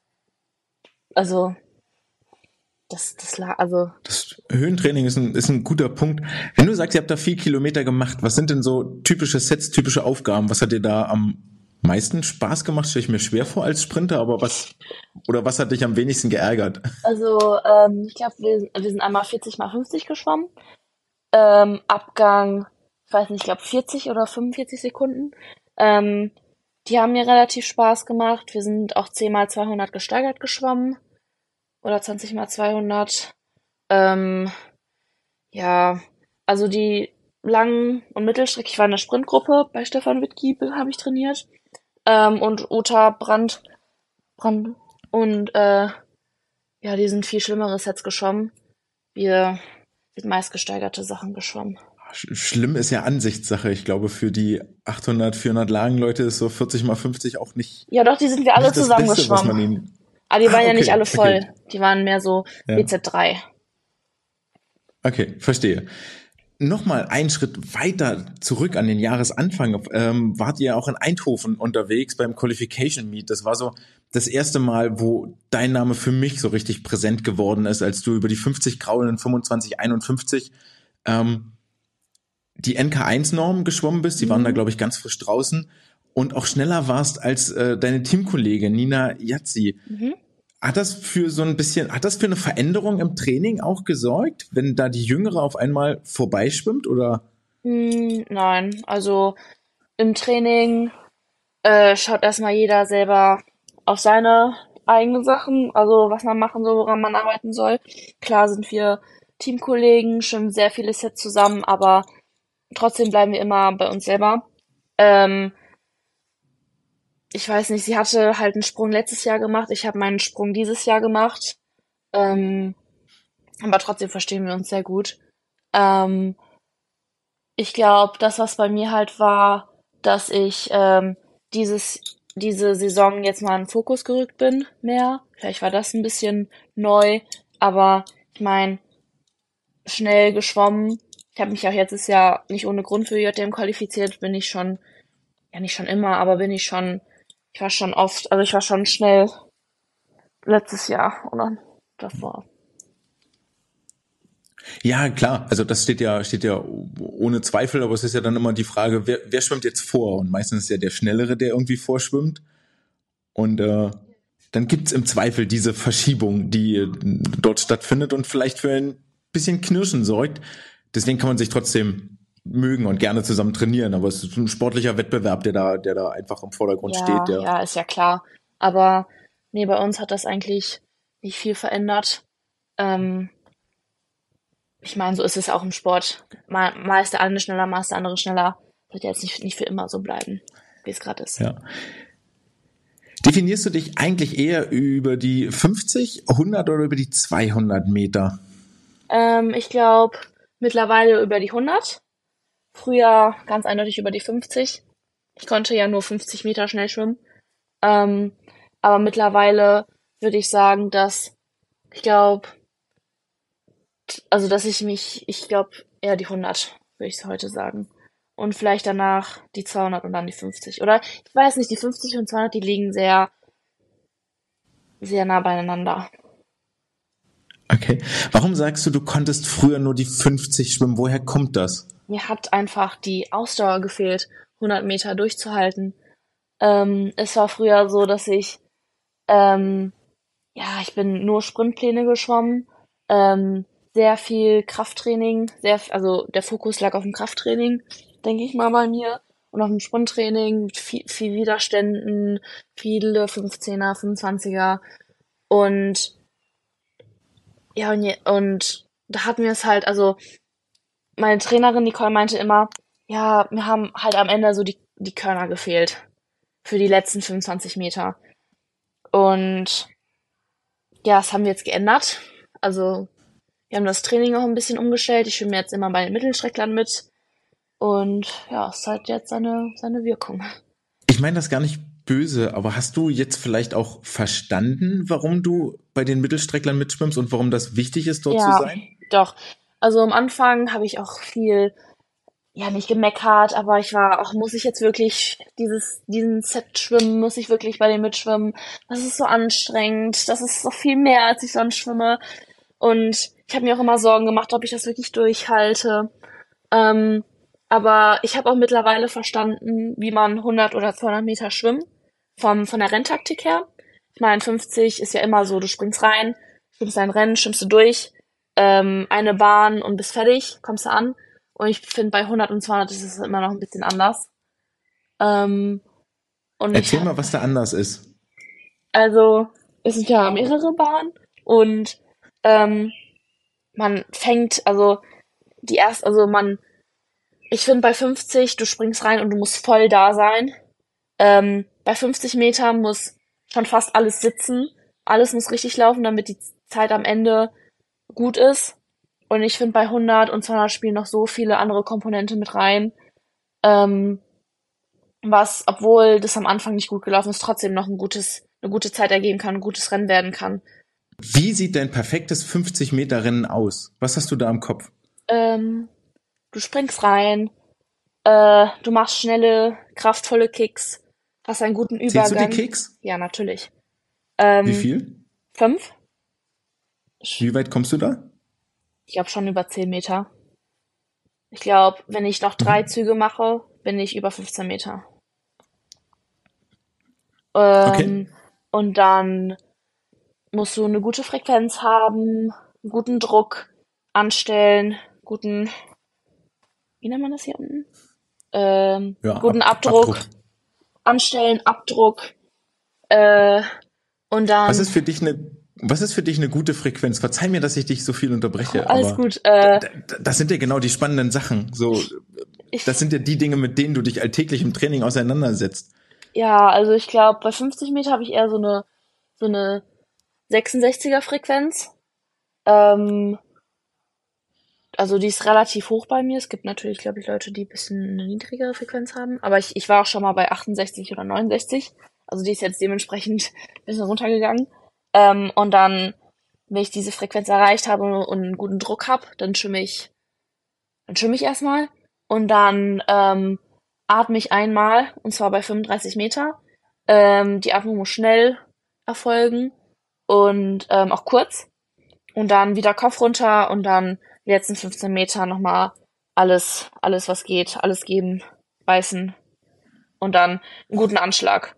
also das, das lag, also Das Höhentraining ist ein, ist ein guter Punkt. Wenn du sagst, ihr habt da vier Kilometer gemacht, was sind denn so typische Sets, typische Aufgaben? Was hat dir da am meisten Spaß gemacht? Stelle ich mir schwer vor als Sprinter, aber was, oder was hat dich am wenigsten geärgert? Also, ähm, ich glaube, wir, wir sind einmal vierzig mal fünfzig geschwommen. Ähm, Abgang, ich weiß nicht, ich glaube vierzig oder fünfundvierzig Sekunden. Ähm, die haben mir relativ Spaß gemacht. Wir sind auch zehn mal zweihundert gesteigert geschwommen. Oder zwanzig mal zweihundert. Ähm, ja, also die langen und Mittelstrecke, ich war in der Sprintgruppe bei Stefan Wittgiebel, habe ich trainiert. Ähm, und Uta Brandt, Brandt und äh, ja, die sind viel schlimmere Sets geschwommen. Wir sind meist gesteigerte Sachen geschwommen. Schlimm ist ja Ansichtssache. Ich glaube, für die achthundert, vierhundert Lagenleute ist so vierzig mal fünfzig auch nicht, Ja, doch, die sind wir alle nicht das zusammen Beste, was geschwommen. man ihnen... Aber die Ah, waren ja nicht okay, alle okay. voll. Die waren mehr so Ja, B Z drei. okay, verstehe. Nochmal einen Schritt weiter zurück an den Jahresanfang, ähm, wart ihr auch in Eindhoven unterwegs beim Qualification Meet. Das war so das erste Mal, wo dein Name für mich so richtig präsent geworden ist, als du über die fünfzig Grauen in fünfundzwanzig einundfünfzig ähm, die N K eins Norm geschwommen bist. Die waren da, Mhm. glaube ich, ganz frisch draußen und auch schneller warst als äh, deine Teamkollegin Nina Yazzi. Mhm. Hat das für so ein bisschen, hat das für eine Veränderung im Training auch gesorgt, wenn da die Jüngere auf einmal vorbeischwimmt oder? Hm, nein, also im Training äh, schaut erstmal jeder selber auf seine eigenen Sachen, also was man machen soll, woran man arbeiten soll. Klar sind wir Teamkollegen, schwimmen sehr viele Sets zusammen, aber trotzdem bleiben wir immer bei uns selber. Ähm, ich weiß nicht, sie hatte halt einen Sprung letztes Jahr gemacht, ich habe meinen Sprung dieses Jahr gemacht. Ähm, aber trotzdem verstehen wir uns sehr gut. Ähm, Ich glaube, das, was bei mir halt war, dass ich ähm, dieses, diese Saison jetzt mal in den Fokus gerückt bin, mehr. Vielleicht war das ein bisschen neu, aber ich meine, schnell geschwommen. Ich habe mich auch letztes Jahr nicht ohne Grund für J D M qualifiziert, bin ich schon, ja nicht schon immer, aber bin ich schon, ich war schon oft, also ich war schon schnell letztes Jahr oder davor. Ja, klar. Also das steht ja, steht ja ohne Zweifel, aber es ist ja dann immer die Frage, wer, wer schwimmt jetzt vor? Und meistens ist ja der Schnellere, der irgendwie vorschwimmt. Und äh, dann gibt's im Zweifel diese Verschiebung, die äh, dort stattfindet und vielleicht für ein bisschen Knirschen sorgt. Deswegen kann man sich trotzdem mögen und gerne zusammen trainieren. Aber es ist ein sportlicher Wettbewerb, der da, der da einfach im Vordergrund steht, Ja, der. ja, ist ja klar. Aber nee, bei uns hat das eigentlich nicht viel verändert. Ähm, Ich meine, so ist es auch im Sport. Mal, mal ist der eine schneller, mal ist der andere schneller. Wird ja jetzt nicht, nicht für immer so bleiben, wie es gerade ist. Ja. Definierst du dich eigentlich eher über die fünfzig, hundert oder über die zweihundert Meter? Ähm, ich glaube mittlerweile über die hundert. Früher ganz eindeutig über die fünfzig. Ich konnte ja nur fünfzig Meter schnell schwimmen. Ähm, aber mittlerweile würde ich sagen, dass ich glaube, also dass ich mich, ich glaube eher die hundert, würde ich heute sagen. Und vielleicht danach die zweihundert und dann die fünfzig. Oder ich weiß nicht, die fünfzig und zweihundert, die liegen sehr, sehr nah beieinander. Okay. Warum sagst du, du konntest früher nur die fünfzig schwimmen? Woher kommt das? Mir hat einfach die Ausdauer gefehlt, hundert Meter durchzuhalten. Ähm, es war früher so, dass ich, ähm, ja, ich bin nur Sprintpläne geschwommen, ähm, sehr viel Krafttraining, sehr, also der Fokus lag auf dem Krafttraining, denke ich mal bei mir, und auf dem Sprinttraining mit viel, viel Widerständen, viele fünfzehner, fünfundzwanziger und ja, und, je, und da hatten wir es halt, also meine Trainerin Nicole meinte immer, ja, mir haben halt am Ende so die, die Körner gefehlt für die letzten fünfundzwanzig Meter. Und ja, das haben wir jetzt geändert. Also wir haben das Training auch ein bisschen umgestellt. Ich schwimme jetzt immer bei den Mittelstrecklern mit. Und ja, es hat jetzt seine, seine Wirkung. Ich meine das gar nicht böse, aber hast du jetzt vielleicht auch verstanden, warum du bei den Mittelstrecklern mitschwimmst und warum das wichtig ist, dort zu Ja, sein? doch. Also am Anfang habe ich auch viel, ja, nicht gemeckert, aber ich war auch, muss ich jetzt wirklich dieses, diesen Set schwimmen, muss ich wirklich bei dem mitschwimmen? Das ist so anstrengend, das ist so viel mehr, als ich sonst schwimme. Und ich habe mir auch immer Sorgen gemacht, ob ich das wirklich durchhalte. Ähm, aber ich habe auch mittlerweile verstanden, wie man hundert oder zweihundert Meter schwimmt, vom, von der Renntaktik her. Ich meine, fünfzig ist ja immer so, du springst rein, schwimmst dein Rennen, schwimmst du durch, ähm, eine Bahn und bist fertig, kommst du an. Und ich finde, bei hundert und zweihundert ist es immer noch ein bisschen anders. Ähm, und ich, Erzähl mal, was da anders ist. also, es sind ja mehrere Bahnen und ähm, man fängt, also die erst, also man, ich finde bei fünfzig, du springst rein und du musst voll da sein. Ähm, bei fünfzig Metern muss schon fast alles sitzen. Alles muss richtig laufen, damit die Zeit am Ende gut ist. Und ich finde, bei hundert und zweihundert spielen noch so viele andere Komponente mit rein, ähm, was, obwohl das am Anfang nicht gut gelaufen ist, trotzdem noch ein gutes, eine gute Zeit ergeben kann, ein gutes Rennen werden kann. Wie sieht dein perfektes fünfzig Meter Rennen aus? Was hast du da im Kopf? Ähm, Du springst rein, äh, du machst schnelle, kraftvolle Kicks, hast einen guten Zählst du die Übergang. Kicks? Ja, natürlich. Wie Ähm, viel? fünf? Wie weit kommst du da? Ich glaube schon über zehn Meter. Ich glaube, wenn ich noch drei Mhm. Züge mache, bin ich über fünfzehn Meter. Okay. Ähm, und dann musst du eine gute Frequenz haben, guten Druck anstellen, guten, wie nennt man das hier unten? Ähm, Ja, guten Ab Abdruck Abdruck. anstellen, Abdruck, äh, und Was dann, ist für dich eine, was ist für dich eine gute Frequenz? Verzeih mir, dass ich dich so viel unterbreche, alles aber gut, äh, d- d- das sind ja genau die spannenden Sachen. So, ich, das ich, sind ja die Dinge, mit denen du dich alltäglich im Training auseinandersetzt. ja, also ich glaube, bei fünfzig Meter habe ich eher so eine, so eine sechsundsechziger Frequenz. Ähm, also die ist relativ hoch bei mir. Es gibt natürlich, glaube ich, Leute, die ein bisschen eine niedrigere Frequenz haben. Aber ich, ich war auch schon mal bei achtundsechzig oder neunundsechzig. Also die ist jetzt dementsprechend ein bisschen runtergegangen. Ähm, und dann, wenn ich diese Frequenz erreicht habe und einen guten Druck habe, dann schwimme ich, dann schwimme ich erstmal. Und dann ähm, atme ich einmal, und zwar bei fünfunddreißig Meter. Ähm, die Atmung muss schnell erfolgen und ähm, auch kurz. Und dann wieder Kopf runter und dann die letzten fünfzehn Meter nochmal alles, alles was geht, alles geben, beißen und dann einen guten Anschlag.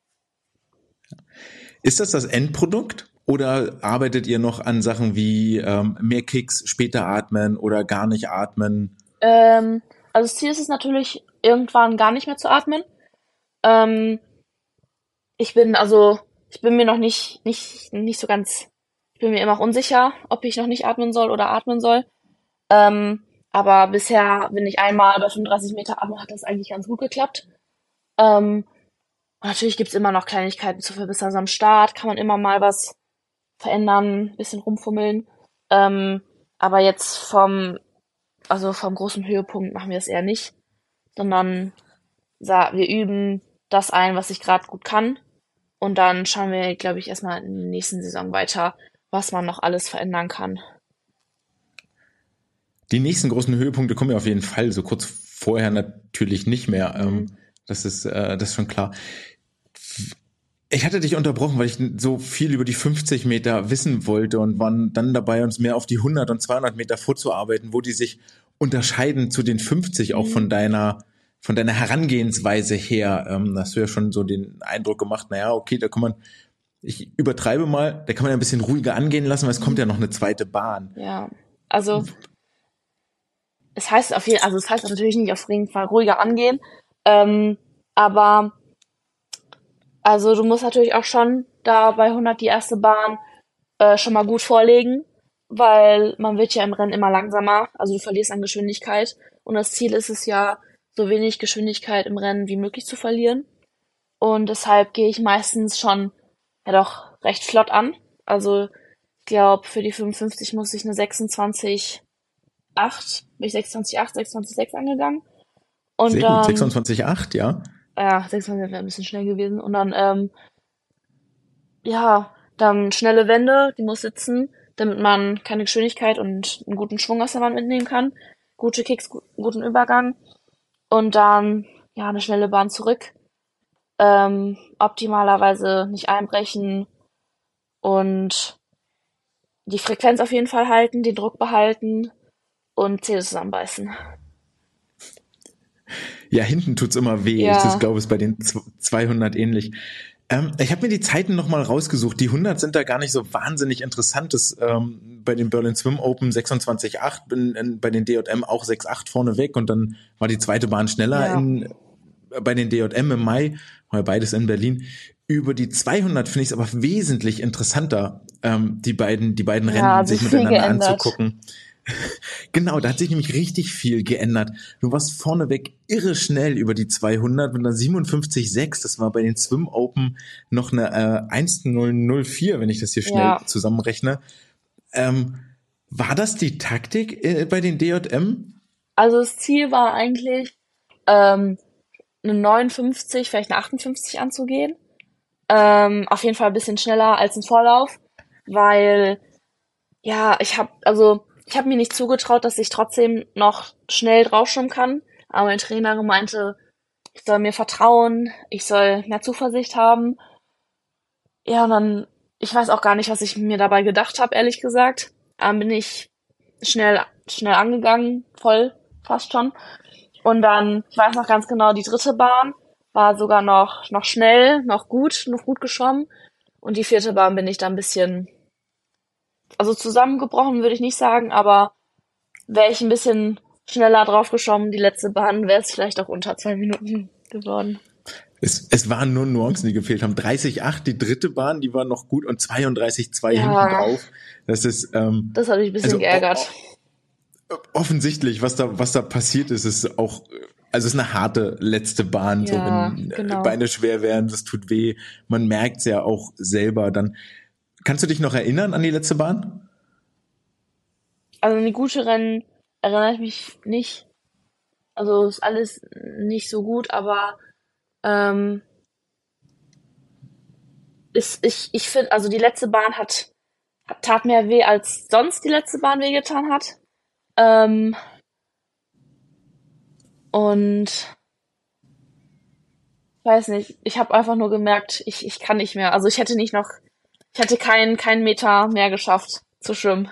Ist das das Endprodukt? Oder arbeitet ihr noch an Sachen wie ähm, mehr Kicks, später atmen oder gar nicht atmen? Ähm, also das Ziel ist es natürlich, irgendwann gar nicht mehr zu atmen. Ähm, ich bin also, ich bin mir noch nicht, nicht, nicht so ganz, ich bin mir immer noch unsicher, ob ich noch nicht atmen soll oder atmen soll. Ähm, aber bisher, wenn ich einmal bei fünfunddreißig Meter atme, hat das eigentlich ganz gut geklappt. Ähm, Und natürlich gibt's immer noch Kleinigkeiten zu verbessern. Also am Start kann man immer mal was verändern, ein bisschen rumfummeln. Ähm, aber jetzt vom, also vom großen Höhepunkt machen wir es eher nicht, sondern sa wir üben das ein, was ich gerade gut kann. Und dann schauen wir, glaube ich, erstmal in der nächsten Saison weiter, was man noch alles verändern kann. Die nächsten großen Höhepunkte kommen ja auf jeden Fall, so kurz vorher natürlich nicht mehr. Mhm. Ähm, das ist, äh, das ist schon klar. Ich hatte dich unterbrochen, weil ich so viel über die fünfzig Meter wissen wollte und waren dann dabei, uns mehr auf die hundert und zweihundert Meter vorzuarbeiten, wo die sich unterscheiden zu den fünfzig, auch Mhm. von deiner, von deiner Herangehensweise her. Ähm, hast du ja schon so den Eindruck gemacht, naja, okay, da kann man, ich übertreibe mal, da kann man ja ein bisschen ruhiger angehen lassen, weil es kommt Mhm. ja noch eine zweite Bahn. Ja, also es heißt auf jeden, also es heißt natürlich nicht auf jeden Fall ruhiger angehen, ähm, aber also du musst natürlich auch schon da bei hundert die erste Bahn äh, schon mal gut vorlegen, weil man wird ja im Rennen immer langsamer, also du verlierst an Geschwindigkeit und das Ziel ist es ja, so wenig Geschwindigkeit im Rennen wie möglich zu verlieren. Und deshalb gehe ich meistens schon ja doch recht flott an. Also ich glaube, für die fünfundfünfzig muss ich eine sechsundzwanzig acht, bin ich sechsundzwanzig acht, sechsundzwanzig sechs angegangen. Und Sehr gut, dann, sechsundzwanzig Komma acht, ja. ja, sechsundzwanzig wäre ein bisschen schnell gewesen. Und dann ähm, ja, dann schnelle Wende, die muss sitzen, damit man keine Geschwindigkeit und einen guten Schwung aus der Wand mitnehmen kann. Gute Kicks, gu guten Übergang und dann ja eine schnelle Bahn zurück. Ähm, optimalerweise nicht einbrechen und die Frequenz auf jeden Fall halten, den Druck behalten und Zähne zusammenbeißen. Ja, hinten tut's immer weh. Ich das Ja, glaube, es ist bei den zweihundert ähnlich. Ähm, ich habe mir die Zeiten nochmal rausgesucht. Die hundert sind da gar nicht so wahnsinnig interessant. Das, ähm, bei den Berlin Swim Open sechsundzwanzig Komma acht, bin in, bei den D J M auch sechs Komma acht vorne weg und dann war die zweite Bahn schneller ja, in, bei den D J M im Mai, war ja beides in Berlin. Über die zweihundert finde ich es aber wesentlich interessanter, ähm, die beiden, die beiden ja, Rennen hat sich sich viel miteinander geändert. anzugucken. Genau, da hat sich nämlich richtig viel geändert. Du warst vorneweg irre schnell über die zweihundert mit einer siebenundfünfzig Komma sechs. Das war bei den Swim Open noch eine äh, eins null null vier, wenn ich das hier schnell Ja, zusammenrechne. Ähm, war das die Taktik äh, bei den D J M? also das Ziel war eigentlich, ähm, eine neunundfünfzig, vielleicht eine achtundfünfzig anzugehen. Ähm, auf jeden Fall ein bisschen schneller als im Vorlauf, weil ja, ich habe also ich habe mir nicht zugetraut, dass ich trotzdem noch schnell draufschwimmen kann. Aber meine Trainerin meinte, ich soll mir vertrauen, ich soll mehr Zuversicht haben. Ja, und dann, ich weiß auch gar nicht, was ich mir dabei gedacht habe, ehrlich gesagt. Dann bin ich schnell, schnell angegangen, voll, fast schon. Und dann, ich weiß noch ganz genau, die dritte Bahn war sogar noch, noch schnell, noch gut, noch gut geschwommen. Und die vierte Bahn bin ich da ein bisschen, also zusammengebrochen würde ich nicht sagen, aber wäre ich ein bisschen schneller draufgeschoben, die letzte Bahn, wäre es vielleicht auch unter zwei Minuten geworden. Es, es waren nur Nuancen, die gefehlt haben. dreißig Komma acht, die dritte Bahn, die war noch gut und zweiunddreißig Komma zwei hinten Ja, drauf. Das ist, ähm, das hat mich ein bisschen also o- geärgert. o- offensichtlich, was da, was da passiert ist, ist auch, also es ist eine harte letzte Bahn, so Ja, wenn äh, genau. Beine schwer werden, das tut weh. Man merkt es ja auch selber dann. Kannst du dich noch erinnern an die letzte Bahn? Also an die gute Rennen erinnere ich mich nicht. Also ist alles nicht so gut, aber ähm, ist, ich, ich finde, also die letzte Bahn hat, hat tat mehr weh, als sonst die letzte Bahn wehgetan hat. Ähm, und weiß nicht, ich habe einfach nur gemerkt, ich, ich kann nicht mehr. Also ich hätte nicht noch, ich hätte keinen keinen Meter mehr geschafft zu schwimmen.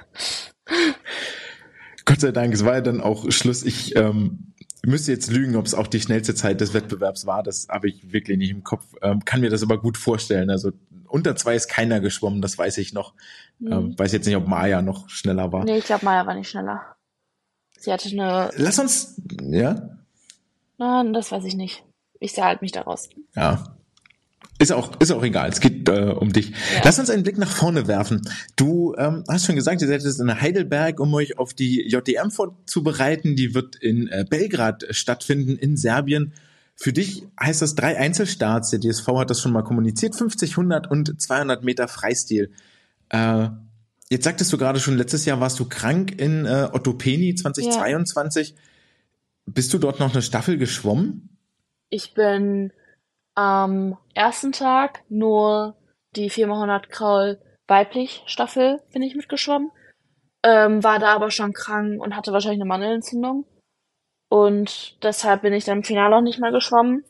Gott sei Dank, es war ja dann auch Schluss. Ich ähm, müsste jetzt lügen, ob es auch die schnellste Zeit des Wettbewerbs war. Das habe ich wirklich nicht im Kopf. Ähm, kann mir das aber gut vorstellen. Also unter zwei ist keiner geschwommen, das weiß ich noch. Hm. Ähm, weiß jetzt nicht, ob Maya noch schneller war. Nee, ich glaube, Maya war nicht schneller. Sie hatte eine, Lass uns, ja, nein, das weiß ich nicht. Ich halte mich da raus. ja. Ist auch, ist auch egal, es geht äh, um dich. Ja. Lass uns einen Blick nach vorne werfen. Du ähm, hast schon gesagt, ihr seid jetzt in Heidelberg, um euch auf die J D M vorzubereiten. Die wird in äh, Belgrad stattfinden, in Serbien. Für dich heißt das drei Einzelstarts. Der D S V hat das schon mal kommuniziert. fünfzig, hundert und zweihundert Meter Freistil. Äh, jetzt sagtest du gerade schon, letztes Jahr warst du krank in äh, Ottopeni Ja. zweitausendzweiundzwanzig. Bist du dort noch eine Staffel geschwommen? Ich bin am ersten Tag nur die vier mal hundert Kraul weiblich Staffel bin ich mitgeschwommen, ähm, war da aber schon krank und hatte wahrscheinlich eine Mandelentzündung und deshalb bin ich dann im Finale auch nicht mehr geschwommen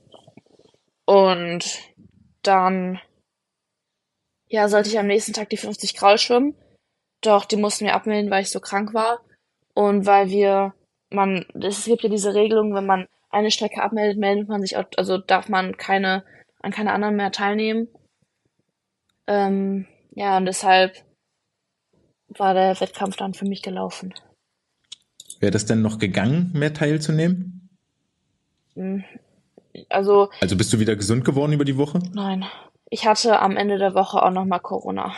und dann, ja, sollte ich am nächsten Tag die fünfzig Kraul schwimmen, doch die mussten wir abmelden, weil ich so krank war und weil wir, man, es gibt ja diese Regelung, wenn man eine Strecke abmeldet, meldet man sich, auch, also darf man keine, an keine anderen mehr teilnehmen. Ähm, ja, und deshalb war der Wettkampf dann für mich gelaufen. Wäre das denn noch gegangen, mehr teilzunehmen? Hm, Also, Also bist du wieder gesund geworden über die Woche? nein. Ich hatte am Ende der Woche auch nochmal Corona.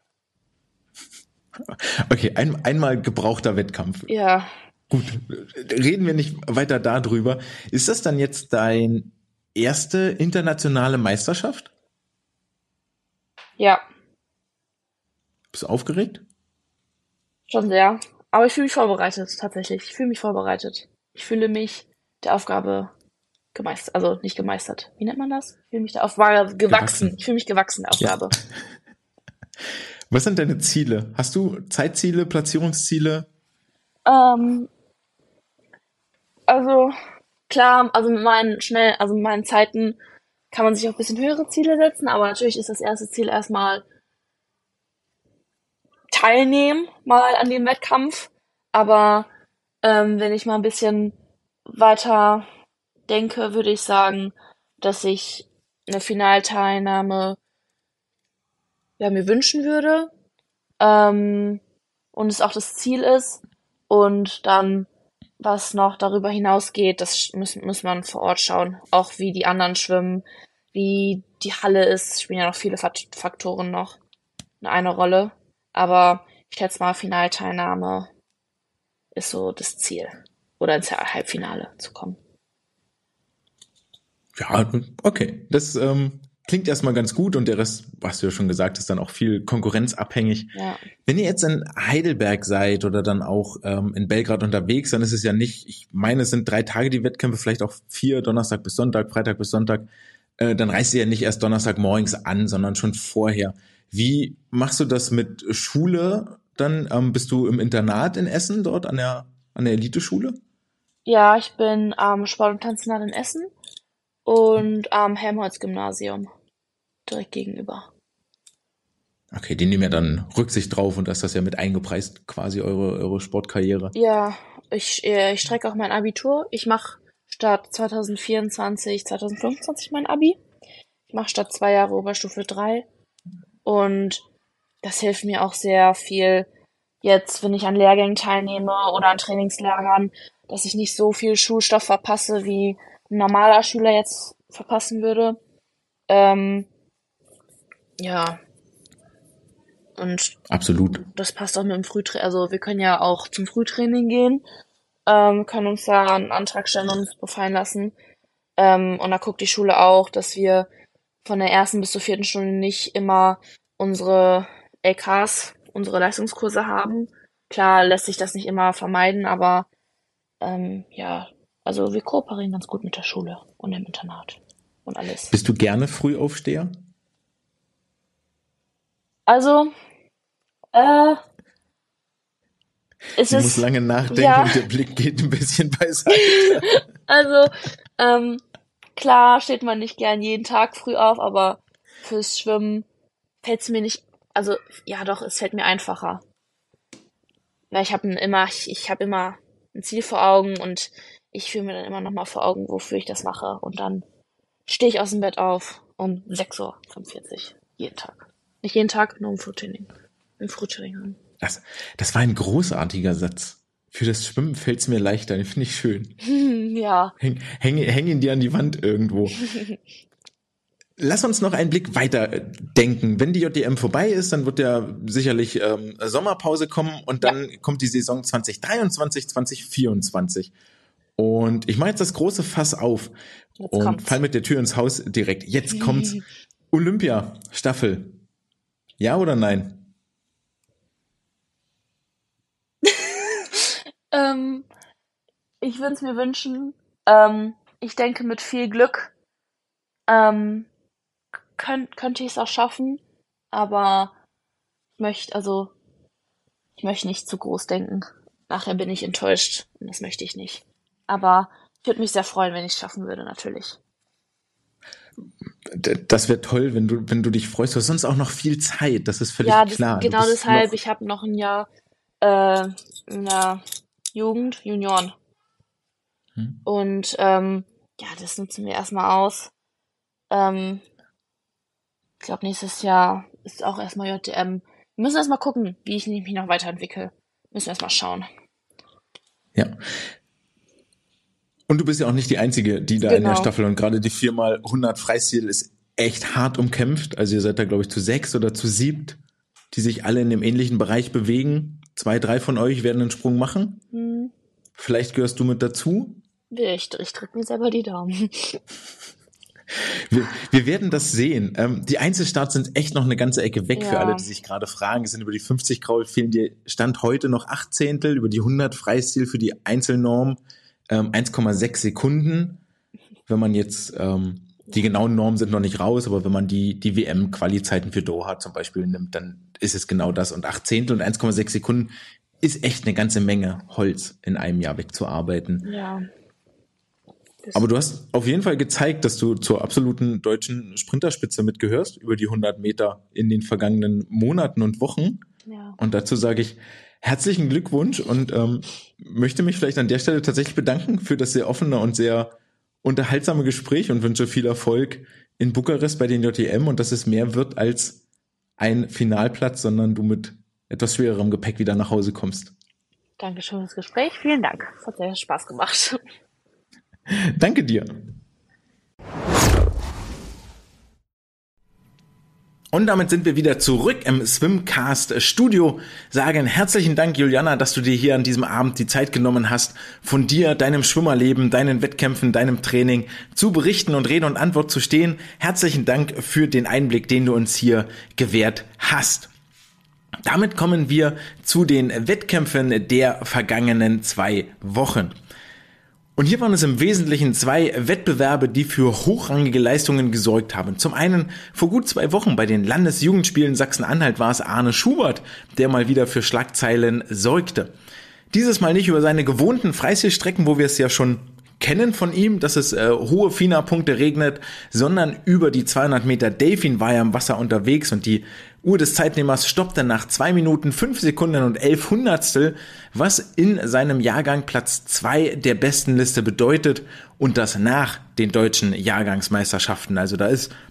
Okay, ein, einmal gebrauchter Wettkampf. Ja, Gut, reden wir nicht weiter darüber. Ist das dann jetzt dein erste internationale Meisterschaft? ja, Bist du aufgeregt? schon sehr. Aber ich fühle mich vorbereitet, tatsächlich. Ich fühle mich vorbereitet. Ich fühle mich der Aufgabe gemeistert, also nicht gemeistert. Wie nennt man das? Ich fühle mich der Aufgabe gewachsen. Gewachsen. Ich fühle mich gewachsen der Ja. Aufgabe. Was sind deine Ziele? Hast du Zeitziele, Platzierungsziele? Ähm, also klar, also mit meinen schnell, also mit meinen Zeiten kann man sich auch ein bisschen höhere Ziele setzen, aber natürlich ist das erste Ziel erstmal teilnehmen mal an dem Wettkampf. Aber ähm, wenn ich mal ein bisschen weiter denke, würde ich sagen, dass ich eine Finalteilnahme ja, mir wünschen würde, ähm, und es auch das Ziel ist. Und dann, was noch darüber hinausgeht, das muss, muss man vor Ort schauen. Auch wie die anderen schwimmen, wie die Halle ist, spielen ja noch viele Fakt- Faktoren noch eine Rolle. Aber ich schätze mal, Finalteilnahme ist so das Ziel. Oder ins Halbfinale zu kommen. Ja, okay. Das ähm, klingt erstmal ganz gut und der Rest, was du ja schon gesagt hast, dann auch viel konkurrenzabhängig. Ja. Wenn ihr jetzt in Heidelberg seid oder dann auch ähm, in Belgrad unterwegs, dann ist es ja nicht, ich meine, es sind drei Tage die Wettkämpfe, vielleicht auch vier, Donnerstag bis Sonntag, Freitag bis Sonntag. Äh, dann reist ihr ja nicht erst Donnerstag morgens an, sondern schon vorher. Wie machst du das mit Schule? Dann ähm, bist du im Internat in Essen, dort an der an der Eliteschule? Ja, ich bin am Sport- und Tanzinternat in Essen und am Helmholtz-Gymnasium direkt gegenüber. Okay, die nehmen ja dann Rücksicht drauf und da ist das ja mit eingepreist, quasi eure eure Sportkarriere. Ja, ich, äh, ich strecke auch mein Abitur. Ich mache statt zwanzig vierundzwanzig, zwanzig fünfundzwanzig mein Abi. Ich mache statt zwei Jahre Oberstufe drei. Und das hilft mir auch sehr viel jetzt, wenn ich an Lehrgängen teilnehme oder an Trainingslagern, dass ich nicht so viel Schulstoff verpasse, wie ein normaler Schüler jetzt verpassen würde. Ähm, ja. Und Absolut. das passt auch mit dem Frühtraining. Also wir können ja auch zum Frühtraining gehen, ähm, können uns da einen Antrag stellen und uns befallen lassen. Ähm, und da guckt die Schule auch, dass wir von der ersten bis zur vierten Stunde nicht immer unsere L Ks, unsere Leistungskurse haben. Klar lässt sich das nicht immer vermeiden, aber ähm, ja, also wir kooperieren ganz gut mit der Schule und dem Internat und alles. Bist du gerne Frühaufsteher? Also, äh, es Sie ist, muss lange nachdenken ja, und der Blick geht ein bisschen beiseite. also, ähm, klar steht man nicht gern jeden Tag früh auf, aber fürs Schwimmen fällt es mir nicht, also, ja doch, es fällt mir einfacher. Weil ich habe immer, ich, ich habe immer ein Ziel vor Augen und ich führe mir dann immer nochmal vor Augen, wofür ich das mache. Und dann stehe ich aus dem Bett auf um sechs Uhr fünfundvierzig. Jeden Tag. Nicht jeden Tag, nur im Frühtraining. Im Frühtraining haben. Das, das war ein großartiger Satz. Für das Schwimmen fällt es mir leichter, den finde ich schön. Ja. Häng, häng, häng ihn dir an die Wand irgendwo. Lass uns noch einen Blick weiter denken. Wenn die J D M vorbei ist, dann wird ja sicherlich ähm, Sommerpause kommen und dann ja. kommt die Saison zwanzig dreiundzwanzig, zwanzig vierundzwanzig. Und ich mache jetzt das große Fass auf jetzt und kommt's. Fall mit der Tür ins Haus direkt. Jetzt kommt's. Olympia-Staffel. Ja oder nein? ähm, ich würde es mir wünschen. Ähm, ich denke mit viel Glück ähm, könnt, könnte ich es auch schaffen, aber ich möchte, also ich möchte nicht zu groß denken. Nachher bin ich enttäuscht und das möchte ich nicht. Aber ich würde mich sehr freuen, wenn ich es schaffen würde, natürlich. Das wäre toll, wenn du, wenn du dich freust. Du hast sonst auch noch viel Zeit, das ist völlig ja, das, klar. Genau deshalb, ich habe noch ein Jahr äh, in der Jugend, Junioren. Hm. Und ähm, ja, das nutzen wir erstmal aus. Ähm, ich glaube, nächstes Jahr ist auch erstmal J D M. Wir müssen erstmal gucken, wie ich mich noch weiterentwickle. Müssen wir erstmal schauen. Ja. Und du bist ja auch nicht die Einzige, die da genau. in der Staffel, und gerade die vier mal hundert Freistil ist echt hart umkämpft. Also ihr seid da, glaube ich, zu sechs oder zu siebt, die sich alle in dem ähnlichen Bereich bewegen. Zwei, drei von euch werden einen Sprung machen. Hm. Vielleicht gehörst du mit dazu. Ich, ich drücke mir selber die Daumen. Wir, wir werden das sehen. Ähm, die Einzelstarts sind echt noch eine ganze Ecke weg, ja. Für alle, die sich gerade fragen. Es sind über die fünfzig Kraul, fehlen dir Stand heute noch acht Zehntel, über die hundert Freistil für die Einzelnorm ähm, eins Komma sechs Sekunden. Wenn man jetzt, ähm, die genauen Normen sind noch nicht raus, aber wenn man die, die W M-Quali-Zeiten für Doha zum Beispiel nimmt, dann ist es genau das. Und acht Zehntel und eins Komma sechs Sekunden ist echt eine ganze Menge Holz in einem Jahr wegzuarbeiten. Ja. Aber du hast auf jeden Fall gezeigt, dass du zur absoluten deutschen Sprinterspitze mitgehörst, über die hundert Meter in den vergangenen Monaten und Wochen. Ja. Und dazu sage ich herzlichen Glückwunsch und ähm, möchte mich vielleicht an der Stelle tatsächlich bedanken für das sehr offene und sehr unterhaltsame Gespräch und wünsche viel Erfolg in Bukarest bei den J D M und dass es mehr wird als ein Finalplatz, sondern du mit etwas schwererem Gepäck wieder nach Hause kommst. Dankeschön für das Gespräch. Vielen Dank. Es hat sehr Spaß gemacht. Danke dir. Und damit sind wir wieder zurück im Swimcast Studio. Sagen herzlichen Dank, Juliana, dass du dir hier an diesem Abend die Zeit genommen hast, von dir, deinem Schwimmerleben, deinen Wettkämpfen, deinem Training zu berichten und Rede und Antwort zu stehen. Herzlichen Dank für den Einblick, den du uns hier gewährt hast. Damit kommen wir zu den Wettkämpfen der vergangenen zwei Wochen. Und hier waren es im Wesentlichen zwei Wettbewerbe, die für hochrangige Leistungen gesorgt haben. Zum einen vor gut zwei Wochen bei den Landesjugendspielen Sachsen-Anhalt war es Arne Schubert, der mal wieder für Schlagzeilen sorgte. Dieses Mal nicht über seine gewohnten Freistilstrecken, wo wir es ja schon kennen von ihm, dass es äh, hohe Fina-Punkte regnet, sondern über die zweihundert Meter Delfin war er im Wasser unterwegs und die Uhr des Zeitnehmers stoppte nach zwei Minuten, fünf Sekunden und elf Hundertstel, was in seinem Jahrgang Platz zwei der besten Liste bedeutet und das nach den deutschen Jahrgangsmeisterschaften. Also da ist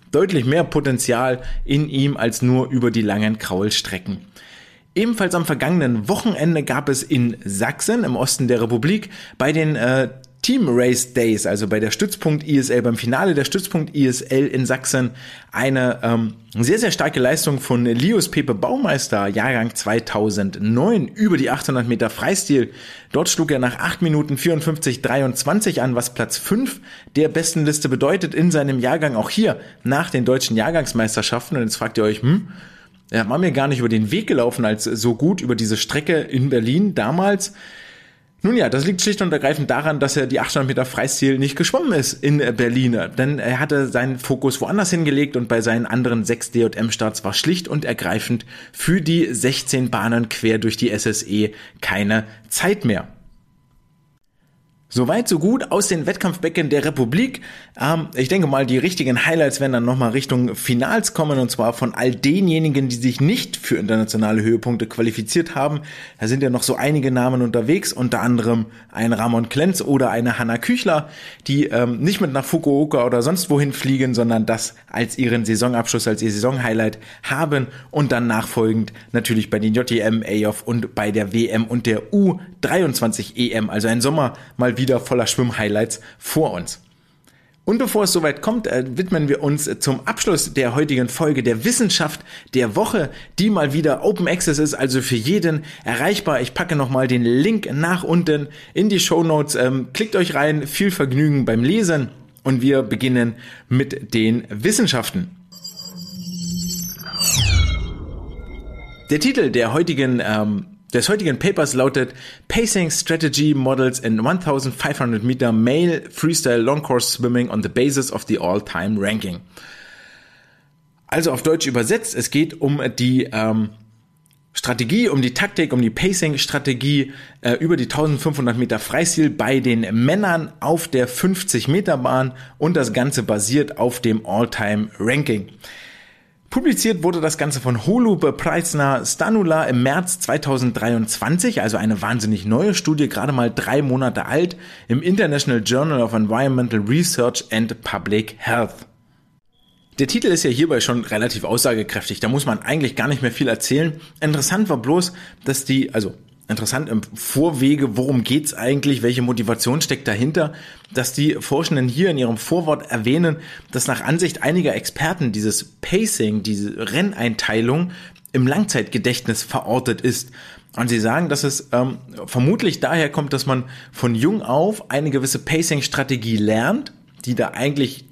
deutlich mehr Potenzial in ihm als nur über die langen Kraulstrecken. Ebenfalls am vergangenen Wochenende gab es in Sachsen im Osten der Republik bei den äh, Team Race Days, also bei der Stützpunkt I S L, beim Finale der Stützpunkt I S L in Sachsen, eine ähm, sehr, sehr starke Leistung von Lius Pepe Baumeister, Jahrgang zweitausendneun, über die achthundert Meter Freistil. Dort schlug er nach acht Minuten vierundfünfzig dreiundzwanzig an, was Platz fünf der besten Liste bedeutet in seinem Jahrgang, auch hier nach den deutschen Jahrgangsmeisterschaften. Und jetzt fragt ihr euch, hm, er war mir gar nicht über den Weg gelaufen als so gut über diese Strecke in Berlin damals. Nun ja, das liegt schlicht und ergreifend daran, dass er die achthundert Meter Freistil nicht geschwommen ist in Berlin, denn er hatte seinen Fokus woanders hingelegt und bei seinen anderen sechs D J M-Starts war schlicht und ergreifend für die sechzehn Bahnen quer durch die S S E keine Zeit mehr. Soweit, so gut aus den Wettkampfbecken der Republik. Ähm, ich denke mal, die richtigen Highlights werden dann nochmal Richtung Finals kommen, und zwar von all denjenigen, die sich nicht für internationale Höhepunkte qualifiziert haben. Da sind ja noch so einige Namen unterwegs, unter anderem ein Ramon Klenz oder eine Hanna Küchler, die ähm, nicht mit nach Fukuoka oder sonst wohin fliegen, sondern das als ihren Saisonabschluss, als ihr Saisonhighlight haben und dann nachfolgend natürlich bei den J T M, A O F und bei der W M und der U dreiundzwanzig E M, also ein Sommer mal wieder voller Schwimm-Highlights vor uns. Und bevor es soweit kommt, äh, widmen wir uns zum Abschluss der heutigen Folge der Wissenschaft der Woche, die mal wieder Open Access ist, also für jeden erreichbar. Ich packe nochmal den Link nach unten in die Shownotes. Ähm, klickt euch rein, viel Vergnügen beim Lesen und wir beginnen mit den Wissenschaften. Der Titel der heutigen ähm, des heutigen Papers lautet Pacing Strategy Models in fünftausendfünfhundert Meter Male Freestyle Long Course Swimming on the Basis of the All-Time Ranking. Also auf Deutsch übersetzt, es geht um die ähm, Strategie, um die Taktik, um die Pacing-Strategie äh, über die eintausendfünfhundert Meter Freistil bei den Männern auf der fünfzig Meter Bahn und das Ganze basiert auf dem All-Time Ranking. Publiziert wurde das Ganze von Holub, Preissner, Stanula im März zweitausenddreiundzwanzig, also eine wahnsinnig neue Studie, gerade mal drei Monate alt, im International Journal of Environmental Research and Public Health. Der Titel ist ja hierbei schon relativ aussagekräftig, da muss man eigentlich gar nicht mehr viel erzählen. Interessant war bloß, dass die, also interessant im Vorwege, worum geht's eigentlich, welche Motivation steckt dahinter, dass die Forschenden hier in ihrem Vorwort erwähnen, dass nach Ansicht einiger Experten dieses Pacing, diese Renneinteilung im Langzeitgedächtnis verortet ist. Und sie sagen, dass es ähm, vermutlich daher kommt, dass man von jung auf eine gewisse Pacing-Strategie lernt, die da eigentlich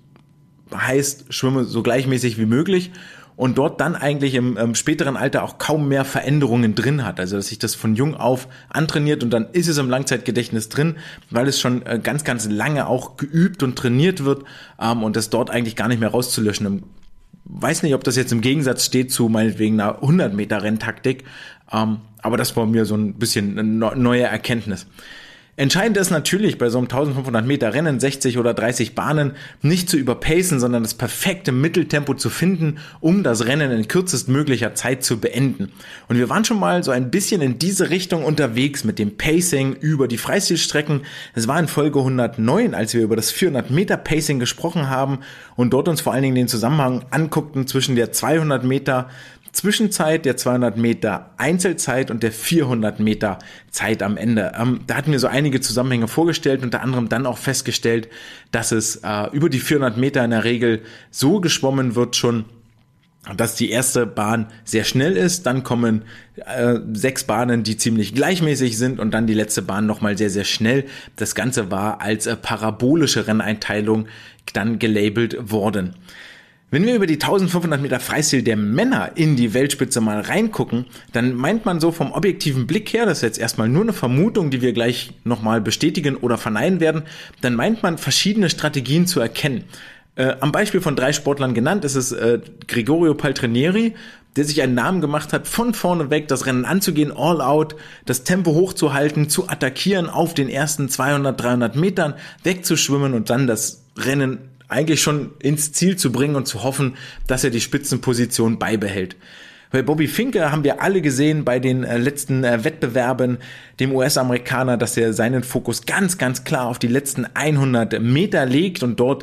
heißt, schwimme so gleichmäßig wie möglich, und dort dann eigentlich im, im späteren Alter auch kaum mehr Veränderungen drin hat. Also dass sich das von jung auf antrainiert und dann ist es im Langzeitgedächtnis drin, weil es schon äh, ganz, ganz lange auch geübt und trainiert wird ähm, und das dort eigentlich gar nicht mehr rauszulöschen. Ich weiß nicht, ob das jetzt im Gegensatz steht zu meinetwegen einer hundert Meter Renntaktik, ähm, aber das war mir so ein bisschen eine neue Erkenntnis. Entscheidend ist natürlich bei so einem eintausendfünfhundert Meter Rennen, sechzig oder dreißig Bahnen, nicht zu überpacen, sondern das perfekte Mitteltempo zu finden, um das Rennen in kürzestmöglicher Zeit zu beenden. Und wir waren schon mal so ein bisschen in diese Richtung unterwegs mit dem Pacing über die Freistilstrecken. Es war in Folge hundertneun, als wir über das vierhundert Meter Pacing gesprochen haben und dort uns vor allen Dingen den Zusammenhang anguckten zwischen der zweihundert Meter Zwischenzeit, der zweihundert Meter Einzelzeit und der vierhundert Meter Zeit am Ende. Ähm, da hatten wir so einige Zusammenhänge vorgestellt, unter anderem dann auch festgestellt, dass es äh, über die vierhundert Meter in der Regel so geschwommen wird schon, dass die erste Bahn sehr schnell ist, dann kommen äh, sechs Bahnen, die ziemlich gleichmäßig sind und dann die letzte Bahn nochmal sehr, sehr schnell. Das Ganze war als äh, parabolische Renneinteilung dann gelabelt worden. Wenn wir über die eintausendfünfhundert Meter Freistil der Männer in die Weltspitze mal reingucken, dann meint man so vom objektiven Blick her, das ist jetzt erstmal nur eine Vermutung, die wir gleich nochmal bestätigen oder verneinen werden, dann meint man verschiedene Strategien zu erkennen. Äh, am Beispiel von drei Sportlern genannt ist es äh, Gregorio Paltrinieri, der sich einen Namen gemacht hat, von vorne weg das Rennen anzugehen, all out, das Tempo hochzuhalten, zu attackieren, auf den ersten zweihundert, dreihundert Metern wegzuschwimmen und dann das Rennen eigentlich schon ins Ziel zu bringen und zu hoffen, dass er die Spitzenposition beibehält. Bei Bobby Finke haben wir alle gesehen bei den äh, letzten äh, Wettbewerben, dem U S-Amerikaner, dass er seinen Fokus ganz, ganz klar auf die letzten hundert Meter legt und dort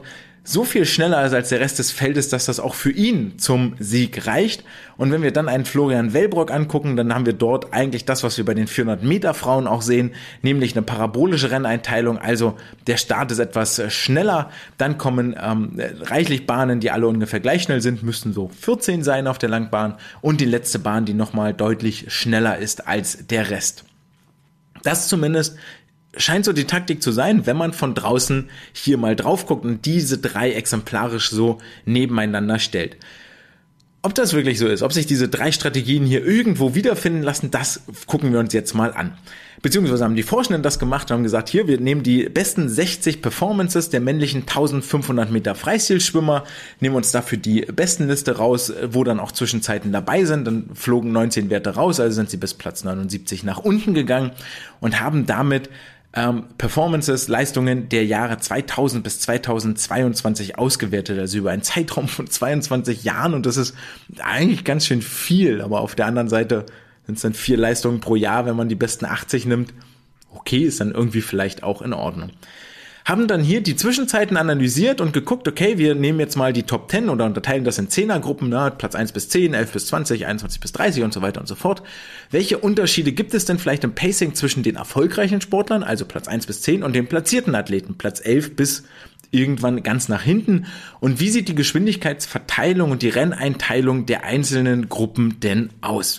so viel schneller ist als der Rest des Feldes, dass das auch für ihn zum Sieg reicht. Und wenn wir dann einen Florian Wellbrock angucken, dann haben wir dort eigentlich das, was wir bei den vierhundert Meter Frauen auch sehen, nämlich eine parabolische Renneinteilung. Also der Start ist etwas schneller, dann kommen ähm, reichlich Bahnen, die alle ungefähr gleich schnell sind, müssten so vierzehn sein auf der Langbahn und die letzte Bahn, die nochmal deutlich schneller ist als der Rest. Das zumindest scheint so die Taktik zu sein, wenn man von draußen hier mal drauf guckt und diese drei exemplarisch so nebeneinander stellt. Ob das wirklich so ist, ob sich diese drei Strategien hier irgendwo wiederfinden lassen, das gucken wir uns jetzt mal an. Beziehungsweise haben die Forschenden das gemacht und haben gesagt, hier, wir nehmen die besten sechzig Performances der männlichen eintausendfünfhundert Meter Freistilschwimmer, nehmen uns dafür die besten Liste raus, wo dann auch Zwischenzeiten dabei sind, dann flogen neunzehn Werte raus, also sind sie bis Platz neunundsiebzig nach unten gegangen und haben damit Ähm, Performances, Leistungen der Jahre zweitausend bis zweitausendzweiundzwanzig ausgewertet, also über einen Zeitraum von zweiundzwanzig Jahren, und das ist eigentlich ganz schön viel, aber auf der anderen Seite sind es dann vier Leistungen pro Jahr, wenn man die besten achtzig nimmt. Okay, ist dann irgendwie vielleicht auch in Ordnung. Haben dann hier die Zwischenzeiten analysiert und geguckt, okay, wir nehmen jetzt mal die Top zehn oder unterteilen das in Zehnergruppen, ne, Platz eins bis zehn, elf bis zwanzig, einundzwanzig bis dreißig und so weiter und so fort. Welche Unterschiede gibt es denn vielleicht im Pacing zwischen den erfolgreichen Sportlern, also Platz eins bis zehn, und den platzierten Athleten, Platz elf bis irgendwann ganz nach hinten? Und wie sieht die Geschwindigkeitsverteilung und die Renneinteilung der einzelnen Gruppen denn aus?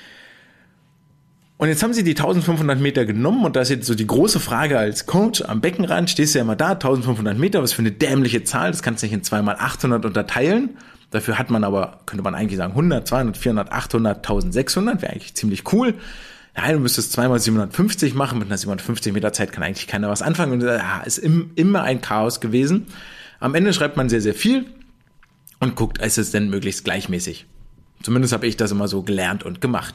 Und jetzt haben sie die eintausendfünfhundert Meter genommen und da ist jetzt so die große Frage als Coach am Beckenrand, stehst du ja immer da, eintausendfünfhundert Meter, was für eine dämliche Zahl, das kannst du nicht in zwei mal achthundert unterteilen. Dafür hat man aber, könnte man eigentlich sagen, hundert, zweihundert, vierhundert, achthundert, eintausendsechshundert, wäre eigentlich ziemlich cool. Nein, du müsstest zwei mal siebenhundertfünfzig machen, mit einer siebenhundertfünfzig Meter Zeit kann eigentlich keiner was anfangen und ja, ist im, immer ein Chaos gewesen. Am Ende schreibt man sehr, sehr viel und guckt, ist es denn möglichst gleichmäßig. Zumindest habe ich das immer so gelernt und gemacht.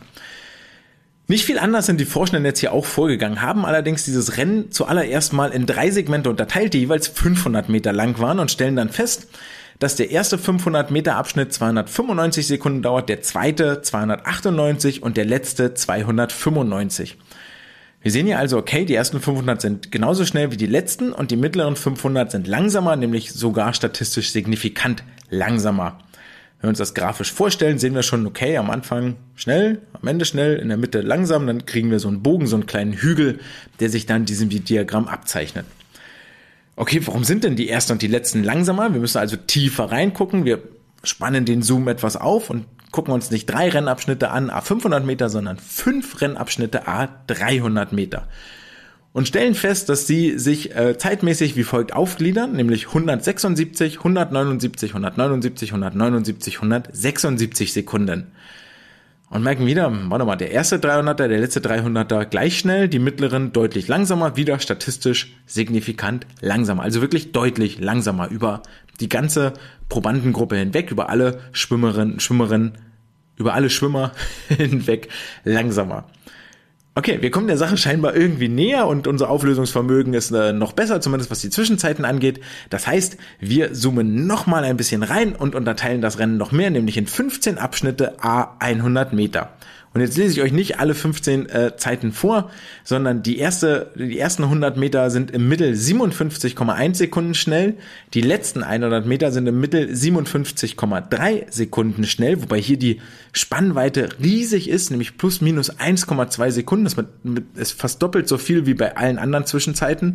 Nicht viel anders sind die Forschenden jetzt hier auch vorgegangen, haben allerdings dieses Rennen zuallererst mal in drei Segmente unterteilt, die jeweils fünfhundert Meter lang waren, und stellen dann fest, dass der erste fünfhundert Meter Abschnitt zweihundertfünfundneunzig Sekunden dauert, der zweite zweihundertachtundneunzig und der letzte zweihundertfünfundneunzig. Wir sehen hier also, okay, die ersten fünfhundert sind genauso schnell wie die letzten und die mittleren fünfhundert sind langsamer, nämlich sogar statistisch signifikant langsamer. Wenn wir uns das grafisch vorstellen, sehen wir schon, okay, am Anfang schnell, am Ende schnell, in der Mitte langsam, dann kriegen wir so einen Bogen, so einen kleinen Hügel, der sich dann in diesem Diagramm abzeichnet. Okay, warum sind denn die ersten und die letzten langsamer? Wir müssen also tiefer reingucken, wir spannen den Zoom etwas auf und gucken uns nicht drei Rennabschnitte an, à fünfhundert Meter, sondern fünf Rennabschnitte, à dreihundert Meter. Und stellen fest, dass sie sich äh, zeitmäßig wie folgt aufgliedern, nämlich hundertsechsundsiebzig, hundertneunundsiebzig, hundertneunundsiebzig, hundertneunundsiebzig, hundertsechsundsiebzig Sekunden. Und merken wieder, warte mal, der erste dreihunderter, der letzte dreihunderter gleich schnell, die mittleren deutlich langsamer, wieder statistisch signifikant langsamer. Also wirklich deutlich langsamer über die ganze Probandengruppe hinweg, über alle Schwimmerinnen, Schwimmerinnen, über alle Schwimmer hinweg langsamer. Okay, wir kommen der Sache scheinbar irgendwie näher und unser Auflösungsvermögen ist äh, noch besser, zumindest was die Zwischenzeiten angeht. Das heißt, wir zoomen nochmal ein bisschen rein und unterteilen das Rennen noch mehr, nämlich in fünfzehn Abschnitte à hundert Meter. Und jetzt lese ich euch nicht alle fünfzehn äh, Zeiten vor, sondern die erste, die ersten hundert Meter sind im Mittel siebenundfünfzig Komma eins Sekunden schnell, die letzten hundert Meter sind im Mittel siebenundfünfzig Komma drei Sekunden schnell, wobei hier die Spannweite riesig ist, nämlich plus minus eins Komma zwei Sekunden, das ist fast doppelt so viel wie bei allen anderen Zwischenzeiten.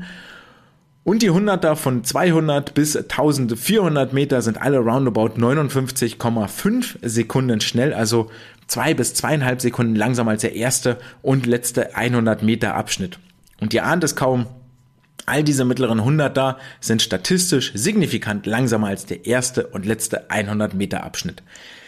Und die Hunderter von zweihundert bis eintausendvierhundert Meter sind alle roundabout neunundfünfzig Komma fünf Sekunden schnell, also zwei bis zweieinhalb Sekunden langsamer als der erste und letzte hundert Meter Abschnitt. Und ihr ahnt es kaum, all diese mittleren Hunderter sind statistisch signifikant langsamer als der erste und letzte hundert Meter Abschnitt.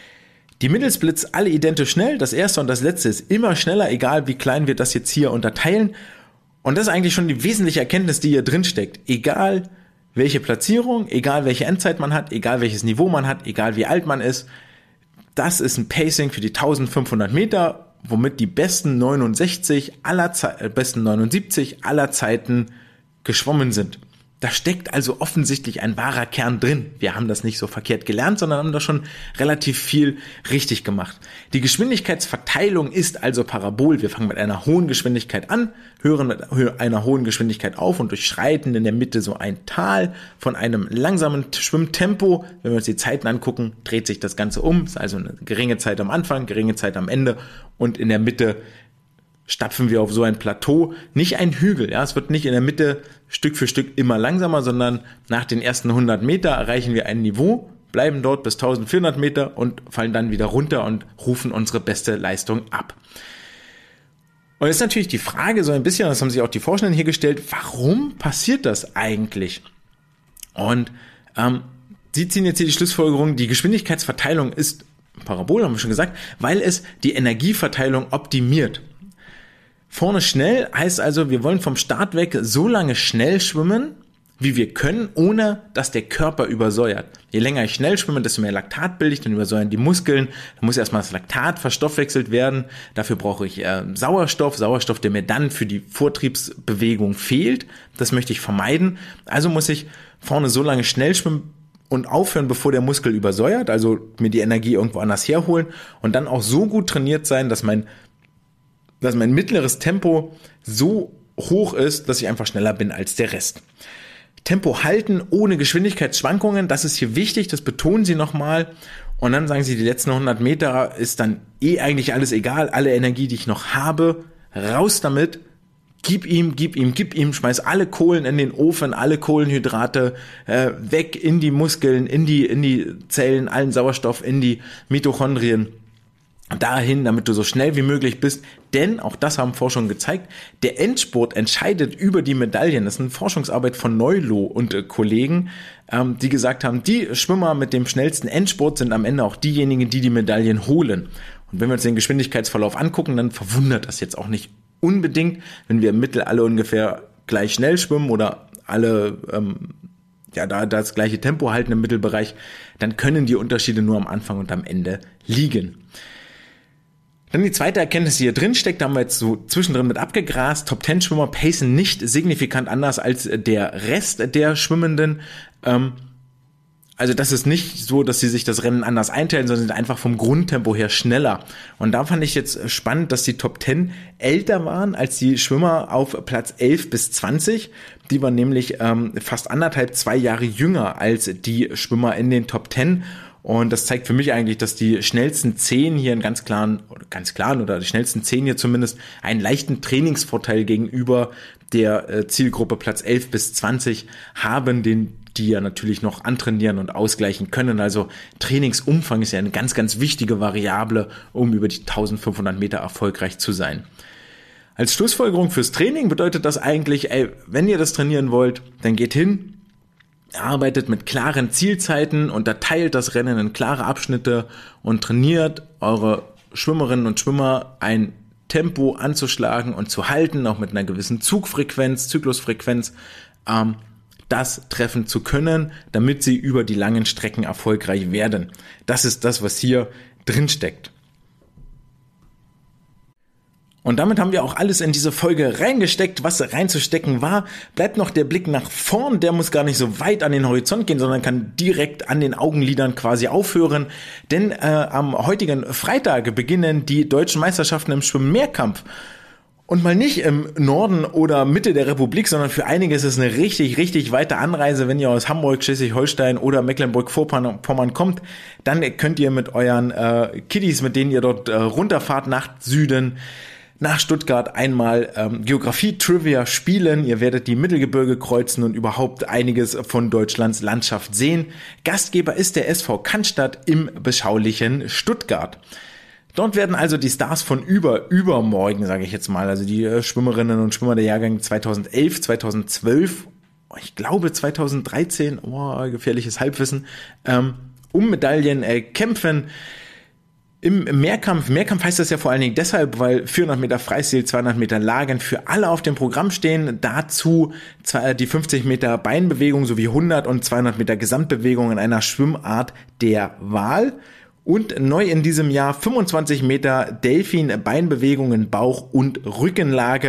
Die Mittelsplits alle identisch schnell, das erste und das letzte ist immer schneller, egal wie klein wir das jetzt hier unterteilen. Und das ist eigentlich schon die wesentliche Erkenntnis, die hier drin steckt. Egal welche Platzierung, egal welche Endzeit man hat, egal welches Niveau man hat, egal wie alt man ist, das ist ein Pacing für die eintausendfünfhundert Meter, womit die besten neunundsechzig aller Ze- äh, besten neunundsiebzig aller Zeiten geschwommen sind. Da steckt also offensichtlich ein wahrer Kern drin. Wir haben das nicht so verkehrt gelernt, sondern haben da schon relativ viel richtig gemacht. Die Geschwindigkeitsverteilung ist also parabol. Wir fangen mit einer hohen Geschwindigkeit an, hören mit einer hohen Geschwindigkeit auf und durchschreiten in der Mitte so ein Tal von einem langsamen Schwimmtempo. Wenn wir uns die Zeiten angucken, dreht sich das Ganze um. Es ist also eine geringe Zeit am Anfang, geringe Zeit am Ende und in der Mitte stapfen wir auf so ein Plateau, nicht ein Hügel, ja, es wird nicht in der Mitte Stück für Stück immer langsamer, sondern nach den ersten hundert Meter erreichen wir ein Niveau, bleiben dort bis eintausendvierhundert Meter und fallen dann wieder runter und rufen unsere beste Leistung ab. Und jetzt ist natürlich die Frage so ein bisschen, das haben sich auch die Forscher hier gestellt, warum passiert das eigentlich? Und ähm, sie ziehen jetzt hier die Schlussfolgerung, die Geschwindigkeitsverteilung ist parabol, haben wir schon gesagt, weil es die Energieverteilung optimiert. Vorne schnell heißt also, wir wollen vom Start weg so lange schnell schwimmen, wie wir können, ohne dass der Körper übersäuert. Je länger ich schnell schwimme, desto mehr Laktat bilde ich, dann übersäuern die Muskeln. Dann muss erstmal das Laktat verstoffwechselt werden. Dafür brauche ich äh, Sauerstoff, Sauerstoff, der mir dann für die Vortriebsbewegung fehlt. Das möchte ich vermeiden. Also muss ich vorne so lange schnell schwimmen und aufhören, bevor der Muskel übersäuert, also mir die Energie irgendwo anders herholen und dann auch so gut trainiert sein, dass mein dass mein mittleres Tempo so hoch ist, dass ich einfach schneller bin als der Rest. Tempo halten ohne Geschwindigkeitsschwankungen, das ist hier wichtig, das betonen sie nochmal. Und dann sagen sie, die letzten hundert Meter ist dann eh eigentlich alles egal, alle Energie, die ich noch habe, raus damit, gib ihm, gib ihm, gib ihm, schmeiß alle Kohlen in den Ofen, alle Kohlenhydrate äh, weg in die Muskeln, in die, in die Zellen, allen Sauerstoff in die Mitochondrien. Dahin, damit du so schnell wie möglich bist, denn, auch das haben Forschungen gezeigt, der Endspurt entscheidet über die Medaillen. Das ist eine Forschungsarbeit von Neulo und äh, Kollegen, ähm, die gesagt haben, die Schwimmer mit dem schnellsten Endspurt sind am Ende auch diejenigen, die die Medaillen holen. Und wenn wir uns den Geschwindigkeitsverlauf angucken, dann verwundert das jetzt auch nicht unbedingt, wenn wir im Mittel alle ungefähr gleich schnell schwimmen oder alle ähm, ja da das gleiche Tempo halten im Mittelbereich, dann können die Unterschiede nur am Anfang und am Ende liegen. Dann die zweite Erkenntnis, die hier drin steckt, da haben wir jetzt so zwischendrin mit abgegrast. Top Ten Schwimmer pacen nicht signifikant anders als der Rest der Schwimmenden. Ähm, also das ist nicht so, dass sie sich das Rennen anders einteilen, sondern sind einfach vom Grundtempo her schneller. Und da fand ich jetzt spannend, dass die Top Ten älter waren als die Schwimmer auf Platz elf bis zwanzig. Die waren nämlich ähm, fast anderthalb, zwei Jahre jünger als die Schwimmer in den Top Ten. Und das zeigt für mich eigentlich, dass die schnellsten zehn hier einen ganz klaren, oder ganz klaren, oder die schnellsten zehn hier zumindest einen leichten Trainingsvorteil gegenüber der äh, Zielgruppe Platz elf bis zwanzig haben, den die ja natürlich noch antrainieren und ausgleichen können. Also Trainingsumfang ist ja eine ganz, ganz wichtige Variable, um über die eintausendfünfhundert Meter erfolgreich zu sein. Als Schlussfolgerung fürs Training bedeutet das eigentlich, ey, wenn ihr das trainieren wollt, dann geht hin, arbeitet mit klaren Zielzeiten, unterteilt das Rennen in klare Abschnitte und trainiert eure Schwimmerinnen und Schwimmer ein Tempo anzuschlagen und zu halten, auch mit einer gewissen Zugfrequenz, Zyklusfrequenz, ähm, das treffen zu können, damit sie über die langen Strecken erfolgreich werden. Das ist das, was hier drin steckt. Und damit haben wir auch alles in diese Folge reingesteckt, was reinzustecken war. Bleibt noch der Blick nach vorn, der muss gar nicht so weit an den Horizont gehen, sondern kann direkt an den Augenlidern quasi aufhören. Denn äh, am heutigen Freitag beginnen die deutschen Meisterschaften im Schwimm-Mehrkampf. Und mal nicht im Norden oder Mitte der Republik, sondern für einige ist es eine richtig, richtig weite Anreise. Wenn ihr aus Hamburg, Schleswig-Holstein oder Mecklenburg-Vorpommern kommt, dann könnt ihr mit euren äh, Kiddies, mit denen ihr dort äh, runterfahrt nach Süden, nach Stuttgart einmal ähm, Geografie-Trivia spielen. Ihr werdet die Mittelgebirge kreuzen und überhaupt einiges von Deutschlands Landschaft sehen. Gastgeber ist der S V Cannstatt im beschaulichen Stuttgart. Dort werden also die Stars von über, übermorgen, sage ich jetzt mal, also die äh, Schwimmerinnen und Schwimmer der Jahrgänge zweitausendelf, zweitausendzwölf, ich glaube zweitausenddreizehn, oh, gefährliches Halbwissen, ähm, um Medaillen äh, kämpfen. Im Mehrkampf, Mehrkampf heißt das ja vor allen Dingen deshalb, weil vierhundert Meter Freistil, zweihundert Meter Lagen für alle auf dem Programm stehen. Dazu die fünfzig Meter Beinbewegung sowie hundert und zweihundert Meter Gesamtbewegung in einer Schwimmart der Wahl. Und neu in diesem Jahr fünfundzwanzig Meter Delfin, Beinbewegungen, Bauch- und Rückenlage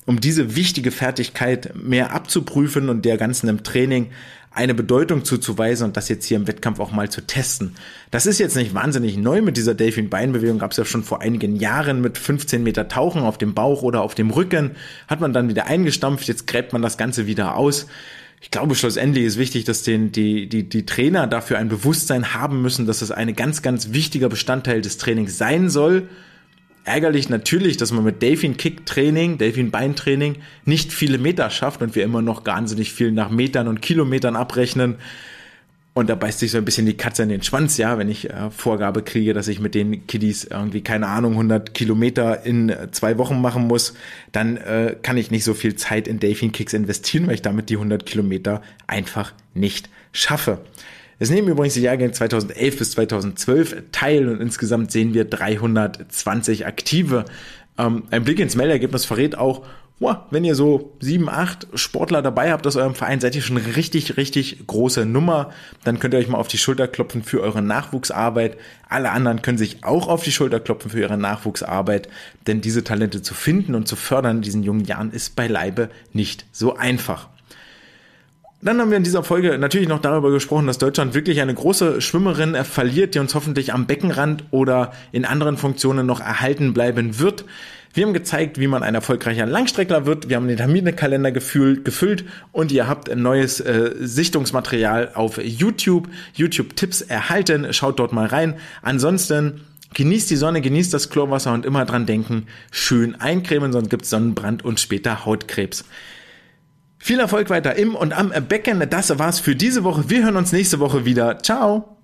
um diese wichtige Fertigkeit mehr abzuprüfen und der Ganzen im Training eine Bedeutung zuzuweisen und das jetzt hier im Wettkampf auch mal zu testen. Das ist jetzt nicht wahnsinnig neu mit dieser Delfin-Beinbewegung, gab es ja schon vor einigen Jahren mit fünfzehn Meter Tauchen auf dem Bauch oder auf dem Rücken, hat man dann wieder eingestampft, jetzt gräbt man das Ganze wieder aus. Ich glaube, schlussendlich ist wichtig, dass den, die, die, die Trainer dafür ein Bewusstsein haben müssen, dass es ein ganz, ganz wichtiger Bestandteil des Trainings sein soll. Ärgerlich natürlich, dass man mit Delfin-Kick-Training, Delfin-Beintraining nicht viele Meter schafft und wir immer noch wahnsinnig viel nach Metern und Kilometern abrechnen. Und da beißt sich so ein bisschen die Katze in den Schwanz, ja, wenn ich äh, Vorgabe kriege, dass ich mit den Kiddies irgendwie, keine Ahnung, hundert Kilometer in äh, zwei Wochen machen muss, dann äh, kann ich nicht so viel Zeit in Delfin-Kicks investieren, weil ich damit die hundert Kilometer einfach nicht schaffe. Es nehmen übrigens die Jahrgänge zweitausendelf bis zweitausendzwölf teil und insgesamt sehen wir dreihundertzwanzig Aktive. Ähm, ein Blick ins Meldergebnis verrät auch, wow, wenn ihr so sieben, acht Sportler dabei habt aus eurem Verein, seid ihr schon richtig, richtig große Nummer. Dann könnt ihr euch mal auf die Schulter klopfen für eure Nachwuchsarbeit. Alle anderen können sich auch auf die Schulter klopfen für ihre Nachwuchsarbeit, denn diese Talente zu finden und zu fördern in diesen jungen Jahren ist beileibe nicht so einfach. Dann haben wir in dieser Folge natürlich noch darüber gesprochen, dass Deutschland wirklich eine große Schwimmerin verliert, die uns hoffentlich am Beckenrand oder in anderen Funktionen noch erhalten bleiben wird. Wir haben gezeigt, wie man ein erfolgreicher Langstreckler wird. Wir haben den Terminekalender gefüllt, gefüllt und ihr habt ein neues äh, Sichtungsmaterial auf YouTube, YouTube-Tipps erhalten. Schaut dort mal rein. Ansonsten genießt die Sonne, genießt das Chlorwasser und immer dran denken, schön eincremen, sonst gibt's Sonnenbrand und später Hautkrebs. Viel Erfolg weiter im und am Becken. Das war's für diese Woche. Wir hören uns nächste Woche wieder. Ciao!